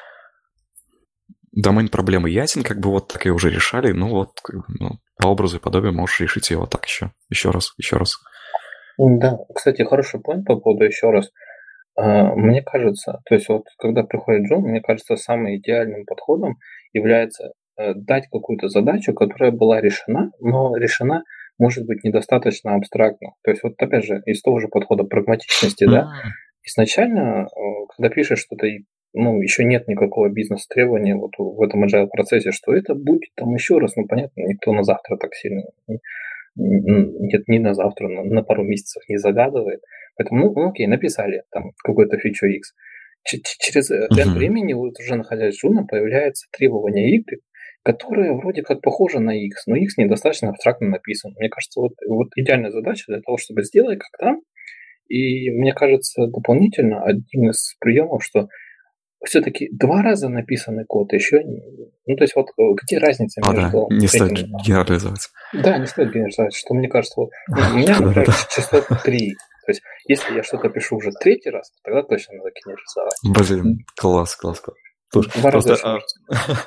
домен проблемы ясен, как бы вот так и уже решали, ну вот как бы, ну, по образу и подобию можешь решить его так еще, еще раз, еще раз. Да, кстати, хороший point по поводу еще раз. Мне кажется, то есть вот когда приходит Джун, мне кажется, самым идеальным подходом является дать какую-то задачу, которая была решена, но решена, может быть, недостаточно абстрактно. То есть вот опять же, из того же подхода прагматичности, mm-hmm. да, изначально, когда пишешь что-то, ну, еще нет никакого бизнес-требования вот в этом agile процессе, что это будет там еще раз, ну, понятно, никто на завтра так сильно, нет, не на завтра, на, на пару месяцев не загадывает. Поэтому, ну, ну окей, написали там какой-то фичу X. Ч- через N uh-huh. времени, вот уже находясь в Juno, появляется требование Y, которое вроде как похоже на X, но X недостаточно абстрактно написано. Мне кажется, вот, вот идеальная задача для того, чтобы сделать как там. И мне кажется, дополнительно один из приемов, что все-таки два раза написанный код еще... Ну, то есть вот где разница а, между... Да, не этим... стоит генерализовать. Да, не стоит генерализовать, что мне кажется, вот, ну, у меня, например, число три. То есть если я что-то пишу уже третий раз, тогда точно надо генерализовать. Блин, класс, класс, класс. Два раза еще можно.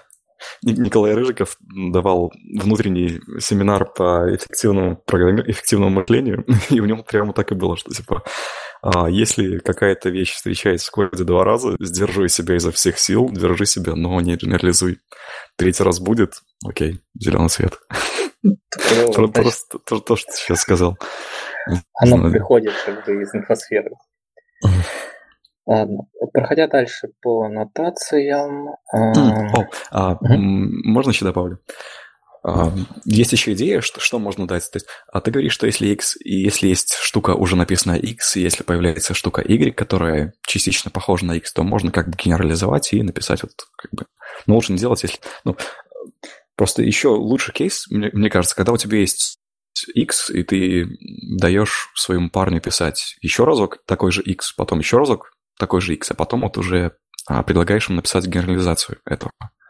Николай Рыжиков давал внутренний семинар по эффективному программе, эффективному мышлению, и у него прямо так и было, что типа, а, если какая-то вещь встречается в коде два раза, сдерживай себя изо всех сил, держи себя, но не генерализуй. Третий раз будет, окей, зеленый свет. Просто то, что ты сейчас сказал. Оно приходит как бы из инфосферы. Ладно, проходя дальше по нотациям... О, а, угу. Можно еще добавлю? А, есть еще идея, что, что можно дать. То есть, а ты говоришь, что если x, если есть штука уже написанная x, и если появляется штука y, которая частично похожа на x, то можно как бы генерализовать и написать вот как бы... Но лучше не делать, если... Ну, просто еще лучший кейс, мне, мне кажется, когда у тебя есть x, и ты даешь своему парню писать еще разок такой же x, потом еще разок такой же x, а потом вот уже а, предлагаешь ему написать генерализацию этого.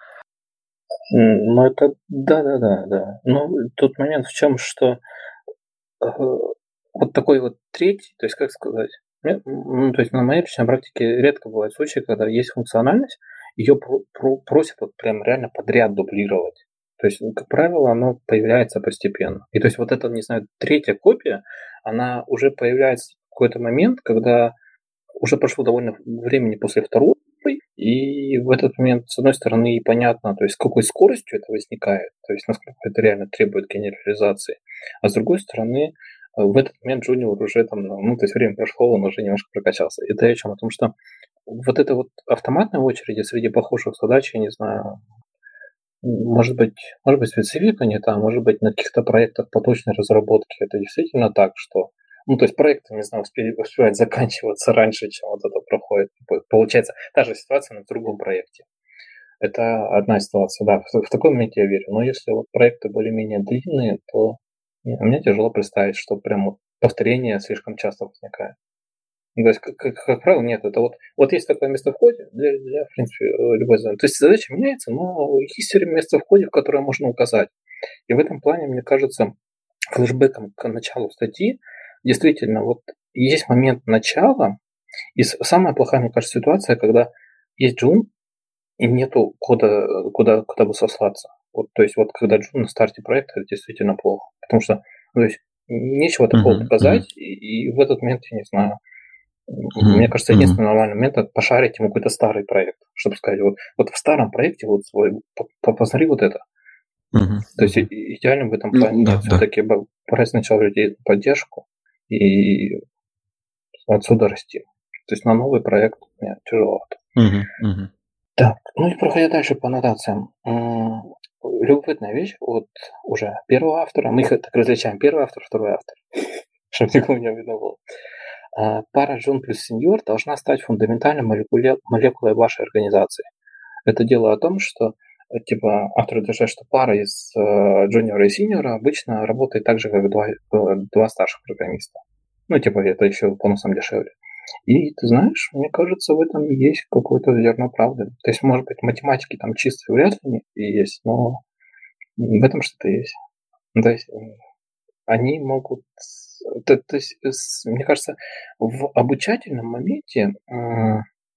Ну, это да-да-да, да. Но тут момент в чем, что э, вот такой вот третий, то есть, как сказать, ну, то есть на моей личной практике редко бывают случаи, когда есть функциональность, ее про- про- просят вот прям реально подряд дублировать. То есть, как правило, оно появляется постепенно. И то есть вот эта, не знаю, третья копия, она уже появляется в какой-то момент, когда уже прошло довольно времени после второй, и в этот момент, с одной стороны, понятно, то есть с какой скоростью это возникает, то есть насколько это реально требует генерализации, а с другой стороны, в этот момент джуниор уже там, ну, то есть время прошло, он уже немножко прокачался. Это о чем? О том, что вот это вот автоматная очередь среди похожих задач, я не знаю, может быть, может быть специфика не та, может быть на каких-то проектах поточной разработки это действительно так, что ну, то есть проекты, не знаю, успевают, успевают заканчиваться раньше, чем вот это проходит. Получается, та же ситуация на другом проекте. Это одна ситуация, да, в, в такой моменте я верю. Но если вот проекты более-менее длинные, то мне тяжело представить, что прям вот повторение слишком часто возникает. То есть, как, как, как правило, нет. Это вот, вот есть такое место в коде для, для, в принципе, любой задачи. То есть задача меняется, но есть все время место в коде, в которое можно указать. И в этом плане, мне кажется, флешбеком к началу статьи действительно, вот есть момент начала, и самая плохая, мне кажется, ситуация, когда есть джун, и нету кода, куда, куда бы сослаться. Вот, то есть, вот когда джун на старте проекта, это действительно плохо. Потому что, то есть, нечего такого uh-huh, показать, uh-huh. И, и в этот момент, я не знаю, uh-huh, мне кажется, единственный uh-huh. нормальный момент — это пошарить ему какой-то старый проект, чтобы сказать, вот, вот в старом проекте вот свой, посмотри вот это. Uh-huh, то есть, uh-huh. идеально в этом плане, uh-huh, нет, да, все-таки да. брать сначала людей поддержку, и отсюда расти. То есть на новый проект нет, тяжеловато. Uh-huh, uh-huh. Так, ну и проходя дальше по аннотациям. Любопытная вещь от уже первого автора. Мы их так различаем. Первый автор, второй автор. Чтобы никого не видно было. Пара джун плюс сеньор должна стать фундаментальной молекулой вашей организации. Это дело о том, что типа автор утверждает, что пара из джуниора и синьора обычно работает так же, как два, два старших программиста. Ну, типа, это еще бонусом дешевле. И ты знаешь, мне кажется, в этом есть какое-то зерно правды. То есть, может быть, математики там чисто вряд ли есть, но в этом что-то есть. То есть, они могут... То, то есть, мне кажется, в обучательном моменте э,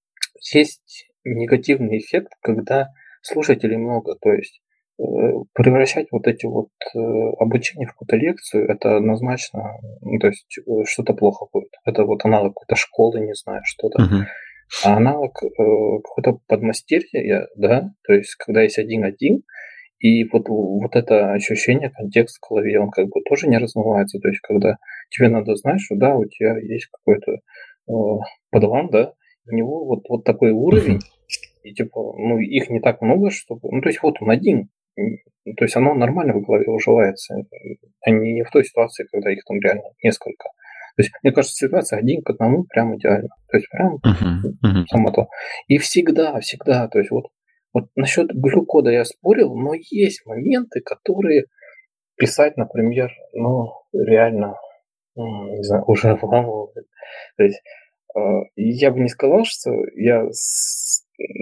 есть негативный эффект, когда слушателей много. То есть, э, превращать вот эти вот э, обучение в какую-то лекцию, это однозначно, ну, то есть, что-то плохо будет. Это вот аналог какой-то школы, не знаю, что-то. Uh-huh. А аналог э, какой-то подмастерья, да, то есть, когда есть один-один, и вот, вот это ощущение, контекст в голове, он как бы тоже не размывается. То есть, когда тебе надо знать, что да, у тебя есть какой-то э, подаван, да, у него вот, вот такой уровень, и типа, ну, их не так много, чтобы... Ну, то есть, вот он один. То есть, оно нормально в голове уживается, а не в той ситуации, когда их там реально несколько. То есть, мне кажется, ситуация один к одному прям идеально. То есть, прям uh-huh, uh-huh. само то. И всегда, всегда, то есть, вот Вот насчет глюкода я спорил, но есть моменты, которые писать, например, ну, реально, не знаю, уже вламывают. То есть э, я бы не сказал, что я, с,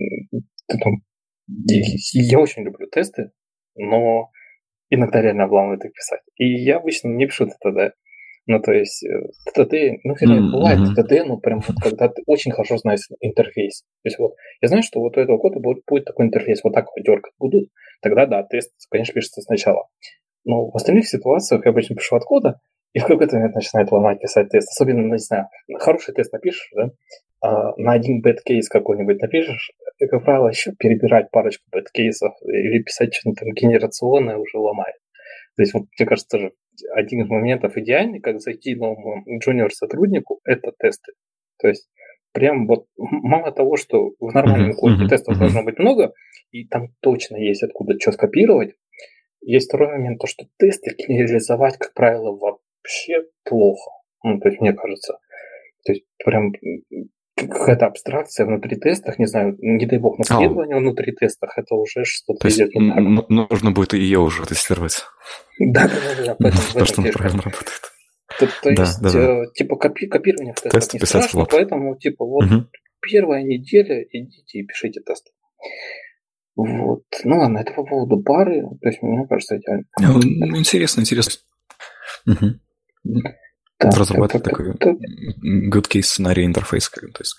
там, я, я очень люблю тесты, но иногда реально вламывают их писать. И я обычно не пишу это, да. Ну, то есть, ТТД, ну, вероятно, бывает ТТД, ну, прям вот когда ты очень хорошо знаешь интерфейс. То есть, вот, я знаю, что вот у этого кода будет, будет такой интерфейс, вот так вот дергать будут, тогда, да, тест, конечно, пишется сначала. Но в остальных ситуациях я обычно пишу от кода, и в какой-то момент начинает ломать писать тест. Особенно, ну, не знаю, хороший тест напишешь, да, а на один бэд-кейс какой-нибудь напишешь, и, как правило, еще перебирать парочку бэд-кейсов или писать что-то там генерационное уже ломает. То есть, вот, мне кажется, тоже один из моментов идеальный, как зайти новому джуниор-сотруднику, это тесты. То есть, прям вот мало того, что в нормальном uh-huh, коде uh-huh, тестов uh-huh. должно быть много, и там точно есть откуда что скопировать, есть второй момент, то, что тесты генерализовать, как правило, вообще плохо. Ну, то есть, мне кажется. То есть, прям какая-то абстракция внутри тестов, не знаю, не дай бог, наследование oh. внутри тестов, это уже что-то идет не так. Нужно будет и ее уже тестировать. Да, да, да, поэтому то, что правильно работает. То, то да, есть, да, да. типа, копи- копирование в тестах тест не страшно, поэтому, типа, вот угу. первая неделя идите и пишите тесты. Вот. Ну ладно, это по поводу пары. То есть, мне кажется, идеально. Ну, интересно, интересно. Угу. Так, разрабатывать так, такой так, good case сценарий интерфейс. То есть.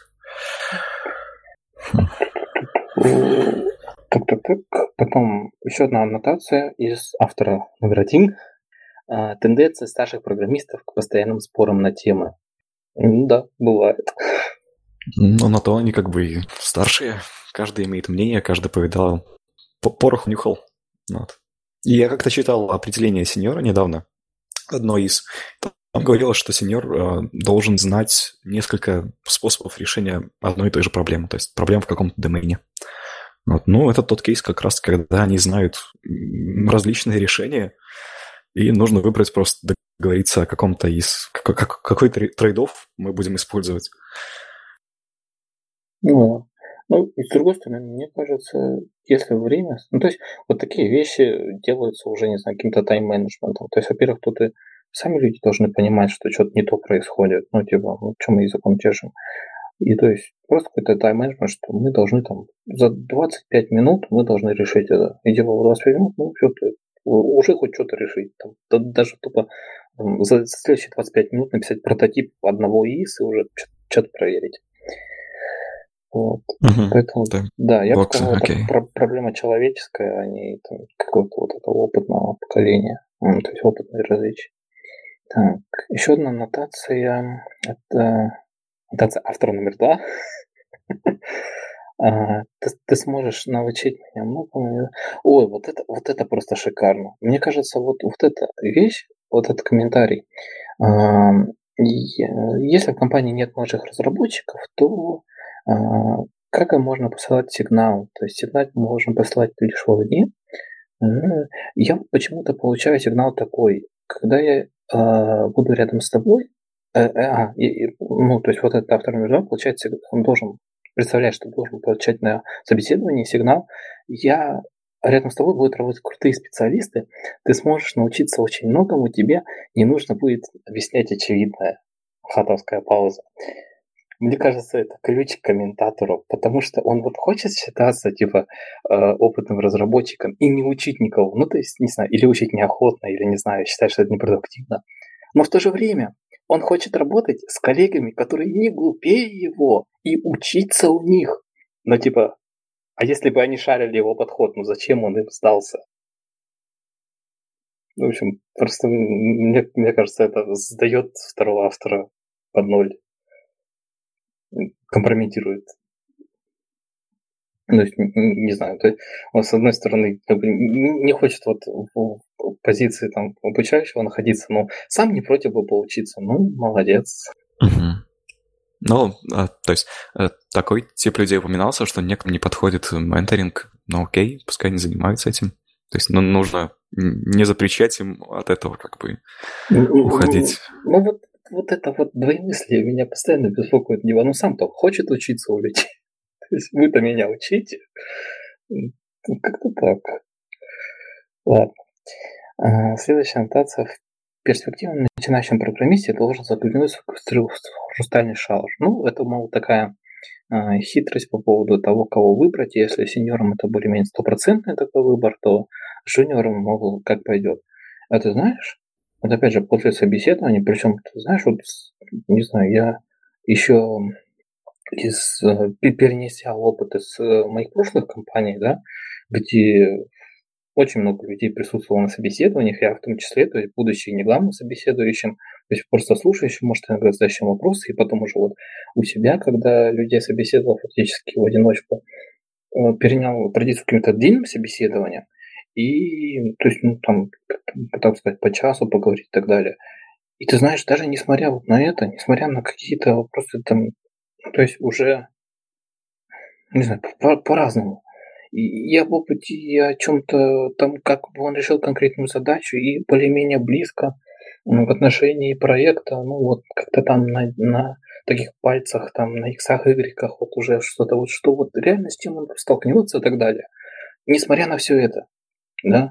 Так, так, так. Потом еще одна аннотация из автора номер один. Тенденция старших программистов к постоянным спорам на темы. Да, бывает. Ну, на то они как бы и старшие. Каждый имеет мнение, каждый повидал, порох нюхал. Вот. И я как-то читал определение сеньора недавно. Одно из... Там говорилось, что сеньор э, должен знать несколько способов решения одной и той же проблемы. То есть проблем в каком-то домене. Вот. Ну, это тот кейс как раз, когда они знают различные решения, и нужно выбрать просто договориться о каком-то из... Как, как, какой трейд-офф мы будем использовать. Ну, ну, и с другой стороны, мне кажется, если время... Ну, то есть, вот такие вещи делаются уже, не знаю, каким-то тайм-менеджментом. То есть, во-первых, тут и сами люди должны понимать, что что-то не то происходит. Ну, типа, ну, что мы языком держим. И, то есть, просто какой-то тайм-менеджмент, что мы должны там за двадцать пять минут мы должны решить это. И типа, в двадцать пять минут, ну, все, ты уже хоть что-то решить. Там, да, даже тупо там, за следующие двадцать пять минут написать прототип одного ИИС и уже что-то проверить. Вот. Uh-huh. Поэтому, да, да, я бы сказал, okay. это про- проблема человеческая, а не там, какого-то вот этого опытного поколения. Ну, то есть опытные различия. Так, еще одна аннотация. Это аннотация автора номер два. ты, ты сможешь научить меня многому. Ой, вот это, вот это просто шикарно. Мне кажется, вот, вот эта вещь, вот этот комментарий. Если в компании нет младших разработчиков, то как можно посылать сигнал? То есть сигнал мы можем посылать лишь вовне. Я почему-то получаю сигнал такой, когда я буду рядом с тобой, а, и, ну, то есть вот этот автор номер два, получается, он должен представлять, что должен получать на собеседовании сигнал. Я рядом с тобой будут работать крутые специалисты, ты сможешь научиться очень многому, тебе не нужно будет объяснять очевидное. Хатовская пауза. Мне кажется, это ключ к комментатору, потому что он вот хочет считаться, типа, э, опытным разработчиком и не учить никого. Ну, то есть, не знаю, или учить неохотно, или, не знаю, считать, что это непродуктивно. Но в то же время он хочет работать с коллегами, которые не глупее его, и учиться у них. Но, типа, а если бы они шарили его подход, ну зачем он им сдался? В общем, просто, мне, мне кажется, это сдает второго автора под ноль. Компрометирует. То есть, не знаю, то есть он, с одной стороны, как бы не хочет вот в позиции там обучающего находиться, но сам не против бы поучиться. Ну, молодец. Угу. Ну, а, то есть такой тип людей упоминался, что некому не подходит менторинг, ну окей, пускай они занимаются этим. То есть ну, нужно не запрещать им от этого как бы уходить. Ну, ну вот Вот это вот двоемыслие меня постоянно беспокоит. Ну, сам-то хочет учиться у людей. То есть вы-то меня учите. Как-то так. Ладно. Следующая аннотация. В перспективном начинающем программисте должен заглянуть в хрустальный шар. Ну, это, мол, такая хитрость по поводу того, кого выбрать. Если сеньорам это более-менее стопроцентный такой выбор, то с джуниором, мол, как пойдет. А ты знаешь, вот опять же, после собеседования, причем, ты знаешь, вот, не знаю, я еще из, перенеся опыт из моих прошлых компаний, да, где очень много людей присутствовало на собеседованиях, я в том числе, то есть будучи не главным собеседующим, то есть просто слушающим, может, иногда задающим вопросы, и потом уже вот у себя, когда людей собеседовал фактически в одиночку, перенял традицию каким-то отдельным собеседованием, и, то есть, ну, там, так сказать, по часу поговорить и так далее. И ты знаешь, даже несмотря вот на это, несмотря на какие-то вопросы там, то есть уже, не знаю, по- по-разному. И я в опыте и о чем-то там, как бы он решил конкретную задачу, и более-менее близко м, в отношении проекта, ну вот как-то там на, на таких пальцах, там на иксах, игреках, вот уже что-то вот, что вот реально с чем он столкнется и так далее. Несмотря на все это, да,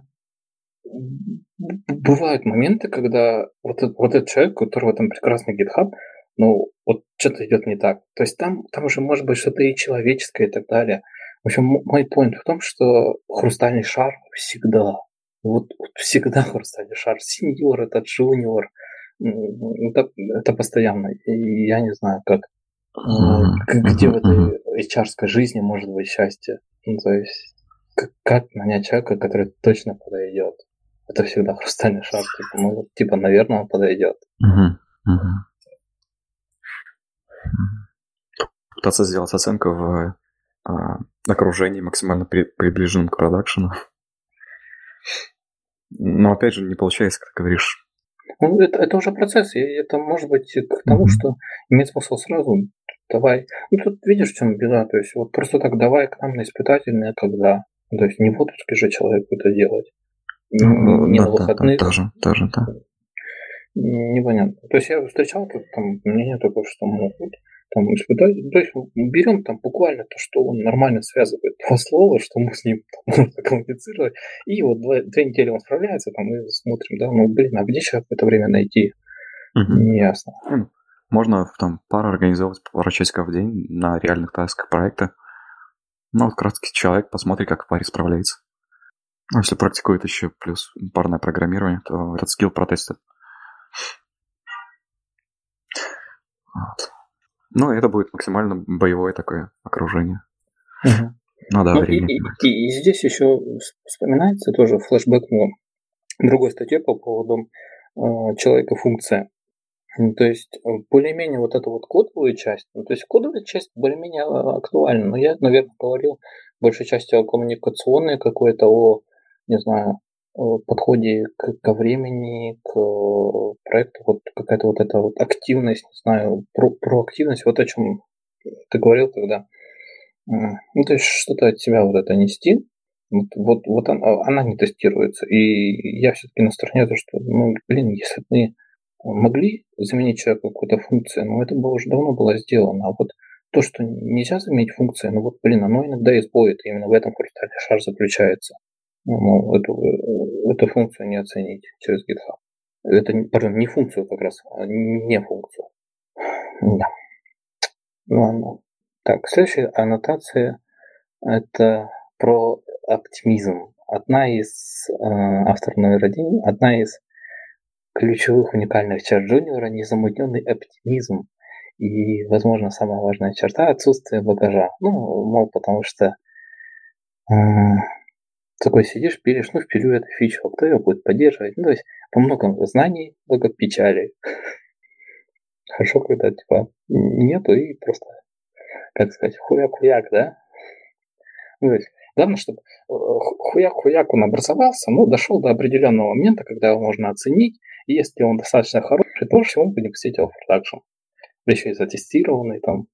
бывают моменты, когда вот, этот- вот этот человек, у которого там прекрасный GitHub, ну, вот что-то идет не так. То есть там, там уже может быть что-то и человеческое и так далее. В общем, м- мой point в том, что хрустальный шар всегда, вот, вот всегда хрустальный шар. Сеньор, это джуниор, м, это, это постоянно. И я не знаю, как, м, Мгм, г- где в мгм, мгм. этой эйч ар-ской жизни может быть счастье. Ну, то есть, как, как нанять человека, который точно подойдет. Это всегда хрустальный шар, типа, ну, вот, типа, наверное, он подойдет. Мгм, мгм. Пытаться сделать оценку в а, окружении максимально при- приближенном к продакшену. Но опять же не получается, как ты говоришь. Ну, это, это уже процесс, и это может быть к тому, Мгм. что имеет смысл сразу, давай. Ну, тут видишь, в чем беда, то есть, вот просто так давай к нам на испытательные, когда, то есть, не в отпуске же человеку это делать, Ну, не да, на да, да, выходных, тоже, тоже, да. непонятно. То есть я встречал тут там мнение такое, что могут там испытать. То есть берем там буквально то, что он нормально связывает два слова, что мы с ним там можно коммуницировать. И вот два, две недели он справляется, там мы смотрим, да, ну блин, а где человек в это время найти? Мгм. Неясно. Ну, можно там пару организовывать пару часиков в день на реальных тасках проекта. Ну, вот как раз таки человек посмотрит, как в паре справляется. Ну, если практикует еще плюс парное программирование, то этот скилл протестит. Вот. Ну, это будет максимально боевое такое окружение. Мгм. Ну да, Ну и, времени и, будет. и, и здесь еще вспоминается тоже флешбэк ну, другой статье по поводу э, человека-функция. Ну, то есть э, более-менее вот эту вот кодовую часть, ну, то есть кодовая часть более-менее а, актуальна, но я, наверное, говорил большей части о коммуникационной какой-то, о, не знаю, о подходе к, ко времени, к э, проекту, вот какая-то вот эта вот активность, не знаю, про, проактивность, вот о чем ты говорил, когда, э, ну, то есть что-то от себя вот это нести, вот, вот, вот она, она не тестируется. И я все-таки на стороне то, что, ну, блин, если бы мы могли заменить человеку какую-то функцию, но это бы уже давно было сделано. А вот то, что нельзя заменить функции, ну вот, блин, оно иногда и сбоит. Именно в этом хрустальный шар заключается. Ну, ну, эту, э, эту функцию не оценить через GitHub. Это, не- пардон, не функцию как раз, а не функцию. Да. Ну, ладно. Так, следующая аннотация– это про оптимизм. Одна из, э, автор номер один, одна из ключевых уникальных черт Джуниора– незамутненный оптимизм. И, возможно, самая важная черта– отсутствие багажа. Ну, мол, потому что э, такой сидишь, пилишь, ну, впилю эту фичу, а кто ее будет поддерживать? Ну, то есть, по много знаний, много печали. Хорошо, когда, типа, нету и просто, как сказать, хуяк-хуяк, да? Ну, то есть, главное, чтобы хуяк-хуяк он образовался, ну, дошел до определенного момента, когда его можно оценить, и если он достаточно хороший, то всего будем пустить его в продакшн. Да еще и затестированный там.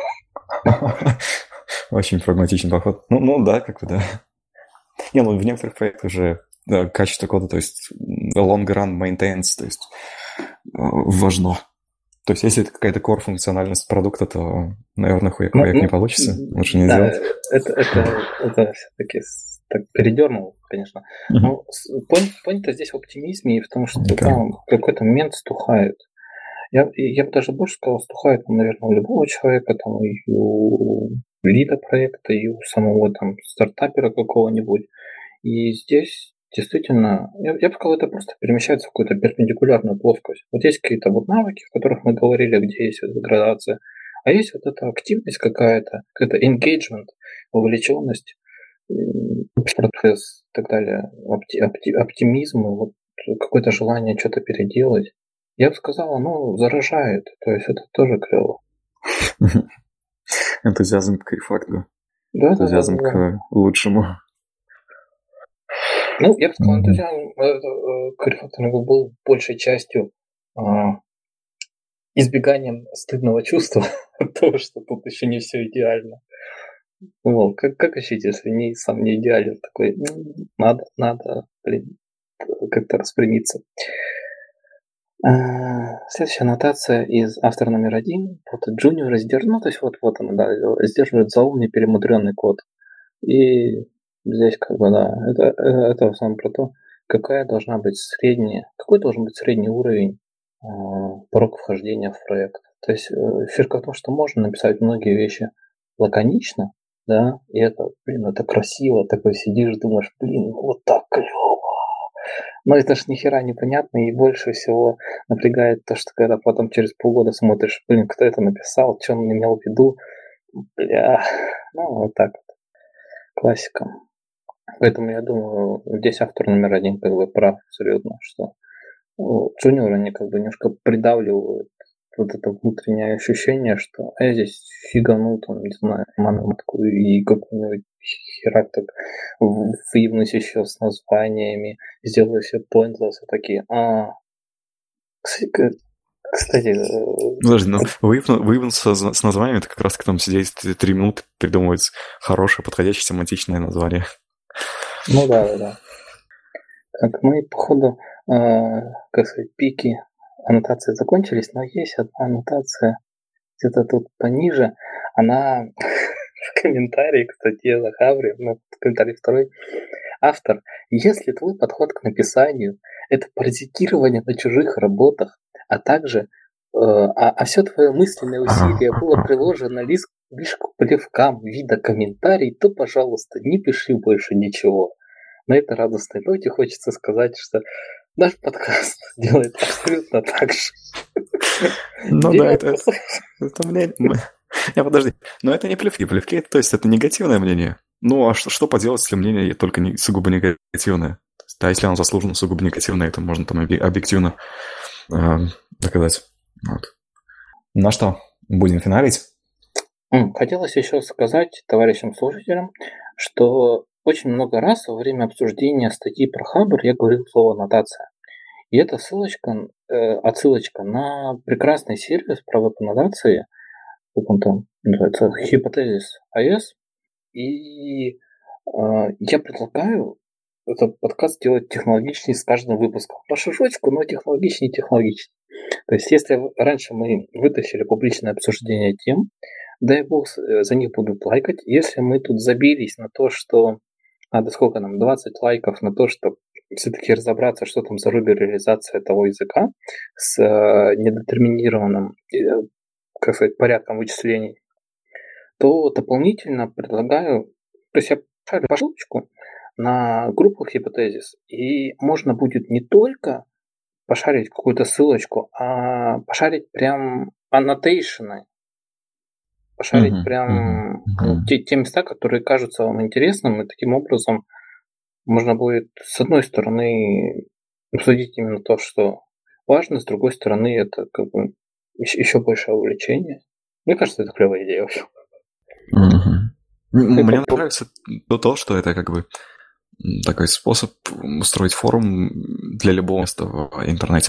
Очень прагматичный подход. Ну, ну да, как бы да. Не, ну в некоторых проектах уже да, качество кода, то есть long run maintenance, то есть э, важно. То есть если это какая-то core функциональность продукта, то, наверное, хуяк, Ну, хуяк не ну, получится. Лучше не да, делать. это, это, это все-таки так передернул, конечно. Мгм. Но point-то здесь в оптимизме и в том, что Окей. да, он в какой-то момент стухает. Я, я бы даже больше сказал, стухает, наверное, у любого человека, там, и у лида проекта, и у самого там стартапера какого-нибудь. И здесь действительно, я, я бы сказал, это просто перемещается в какую-то перпендикулярную плоскость. Вот есть какие-то вот навыки, о которых мы говорили, где есть вот градация, а есть вот эта активность какая-то, какая-то engagement, вовлеченность, процесс и так далее, опти, опти, оптимизм, вот какое-то желание что-то переделать. Я бы сказал, ну, заражает, то есть это тоже клево. Энтузиазм к рефакту. Да, Энтузиазм да, да, да. к лучшему. Ну, я бы сказал, энтузиазм к рефакторингу был большей частью а, избеганием стыдного чувства от того, что тут еще не все идеально. Вот, как, как ощутить, если не, сам не идеален, такой, ну, надо, надо, блин, как-то распрямиться. А, следующая аннотация из автора номер один. Вот Junior сдерживает, ну, то есть вот, вот он, да, сдерживает заумный перемудренный код. И здесь как бы, да, это, это в основном про то, какая должна быть средняя, какой должен быть средний уровень э, порог вхождения в проект. То есть э, фишка в том, что можно написать многие вещи лаконично, да, и это, блин, это красиво, такой сидишь, думаешь, блин, вот так клево. Но это ж нихера непонятно, и больше всего напрягает то, что когда потом через полгода смотришь, блин, кто это написал, что он имел в виду, бля, ну вот так вот, классика. Поэтому я думаю, здесь автор номер один как бы прав абсолютно, что ну, джуниоры, они как бы немножко придавливают вот это внутреннее ощущение, что а я здесь фиганул, там, не знаю, матку и какую-нибудь херак так выебнусь еще с названиями, сделаю все pointless, и такие, а, кстати... Подожди, ну выебнуться с названием, это как раз там сидеть три минуты, придумывать хорошее, подходящее, семантичное название. Ну да, да, да. Так, мы, походу, э, как сказать, пики аннотации закончились, но есть одна аннотация где-то тут пониже. Она в комментарии к статье на Хабре, ну, комментарий второй. Автор, если твой подход к написанию – это паразитирование на чужих работах, а также э, а, а все твое мысленное усилие было приложено лишь, лишь к плевкам вида комментарий, то, пожалуйста, не пиши больше ничего. На этой радостной ноте хочется сказать, что наш подкаст делает абсолютно так же. Ну да, это, это мнение. Я подожди, но это не плевки. Плевки, то есть это негативное мнение. Ну а что, что поделать, если мнение только не, сугубо негативное? Да, если оно заслуженно сугубо негативное, это можно там объективно э, доказать. Вот. Ну что, будем финалить? Хотелось еще сказать товарищам-слушателям, что очень много раз во время обсуждения статьи про Хабр я говорил слово «аннотация». И это ссылочка, э, отсылочка на прекрасный сервис про веб-аннотации, как он там называется, Hypothesis ай эс. И э, я предлагаю этот подкаст делать технологичнее с каждым выпуском. По шажочку, но технологичнее и технологичнее. То есть, если раньше мы вытащили публичное обсуждение тем, дай бог, за них будут лайкать. Если мы тут забились на то, что надо сколько нам, двадцать лайков на то, чтобы все-таки разобраться, что там за руби-реализация того языка с э, недетерминированным, э, как сказать, порядком вычислений, то дополнительно предлагаю, то есть я шарю по ссылочку на группу Hypothesis, и можно будет не только пошарить какую-то ссылочку, а пошарить прям аннотейшены, пошарить uh-huh, прям uh-huh. Те, те места, которые кажутся вам интересным, и таким образом можно будет, с одной стороны, обсудить именно то, что важно, с другой стороны, это как бы еще большее увлечение. Мне кажется, это клевая идея вообще. Uh-huh. Мне это... нравится то, что это как бы такой способ устроить форум для любого места в интернете.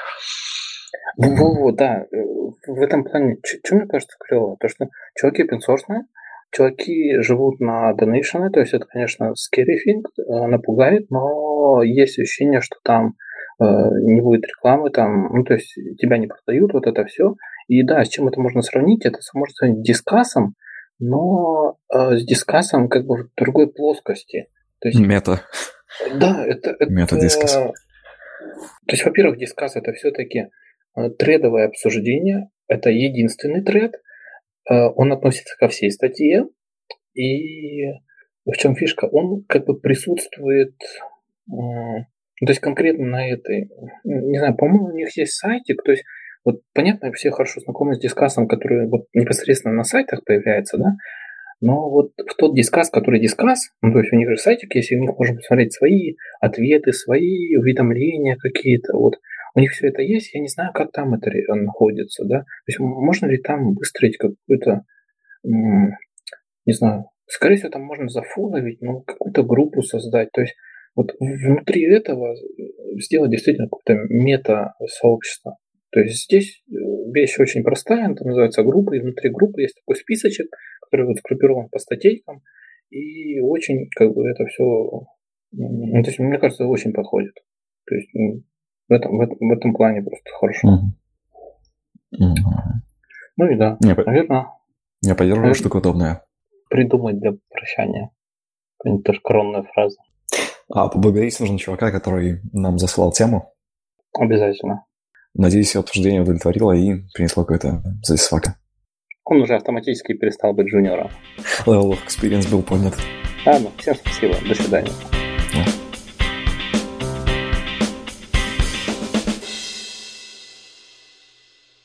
Во-во, да. В этом плане, что мне кажется клево? То, что чуваки open-source, чуваки живут на донейшены, то есть это, конечно, scary thing, напугает, но есть ощущение, что там э, не будет рекламы, там, ну, то есть тебя не продают, вот это все. И да, с чем это можно сравнить? Это можно сравнить с дискассом, но э, с дискассом как бы в другой плоскости. То есть, мета. Да, это... это мета-дискасс. То есть, во-первых, дискасс это все-таки тредовое обсуждение, это единственный тред, он относится ко всей статье, и в чем фишка? Он как бы присутствует То есть конкретно на этой, не знаю, по-моему, у них есть сайтик, то есть вот понятно, все хорошо знакомы с дискассом, который вот непосредственно на сайтах появляется, да, но вот в тот дискасс, который дискасс, ну, то есть у них же сайтик есть, и у них можно посмотреть свои ответы, свои уведомления какие-то, вот. У них все это есть, я не знаю, как там это находится, да. То есть можно ли там выстроить какую-то, не знаю, скорее всего, там можно зафоловить, ну, какую-то группу создать, то есть вот внутри этого сделать действительно какое-то мета-сообщество. То есть здесь вещь очень простая, это называется группа, и внутри группы есть такой списочек, который вот сгруппирован по статейкам, и очень как бы это все, ну, то есть, мне кажется, очень подходит. То есть в этом, в этом, в этом плане просто хорошо. Mm-hmm. Mm-hmm. Ну и да, я наверное. Я поддерживаю, штука удобная. Придумать для прощания какую-нибудь тоже коронную фразу. А поблагодарить нужно чувака, который нам заслал тему. Обязательно. Надеюсь, обсуждение удовлетворило и принесло какое-то satisfaction. Он уже автоматически перестал быть джуниором. Level of experience был понят. А, ну, всем спасибо. До свидания.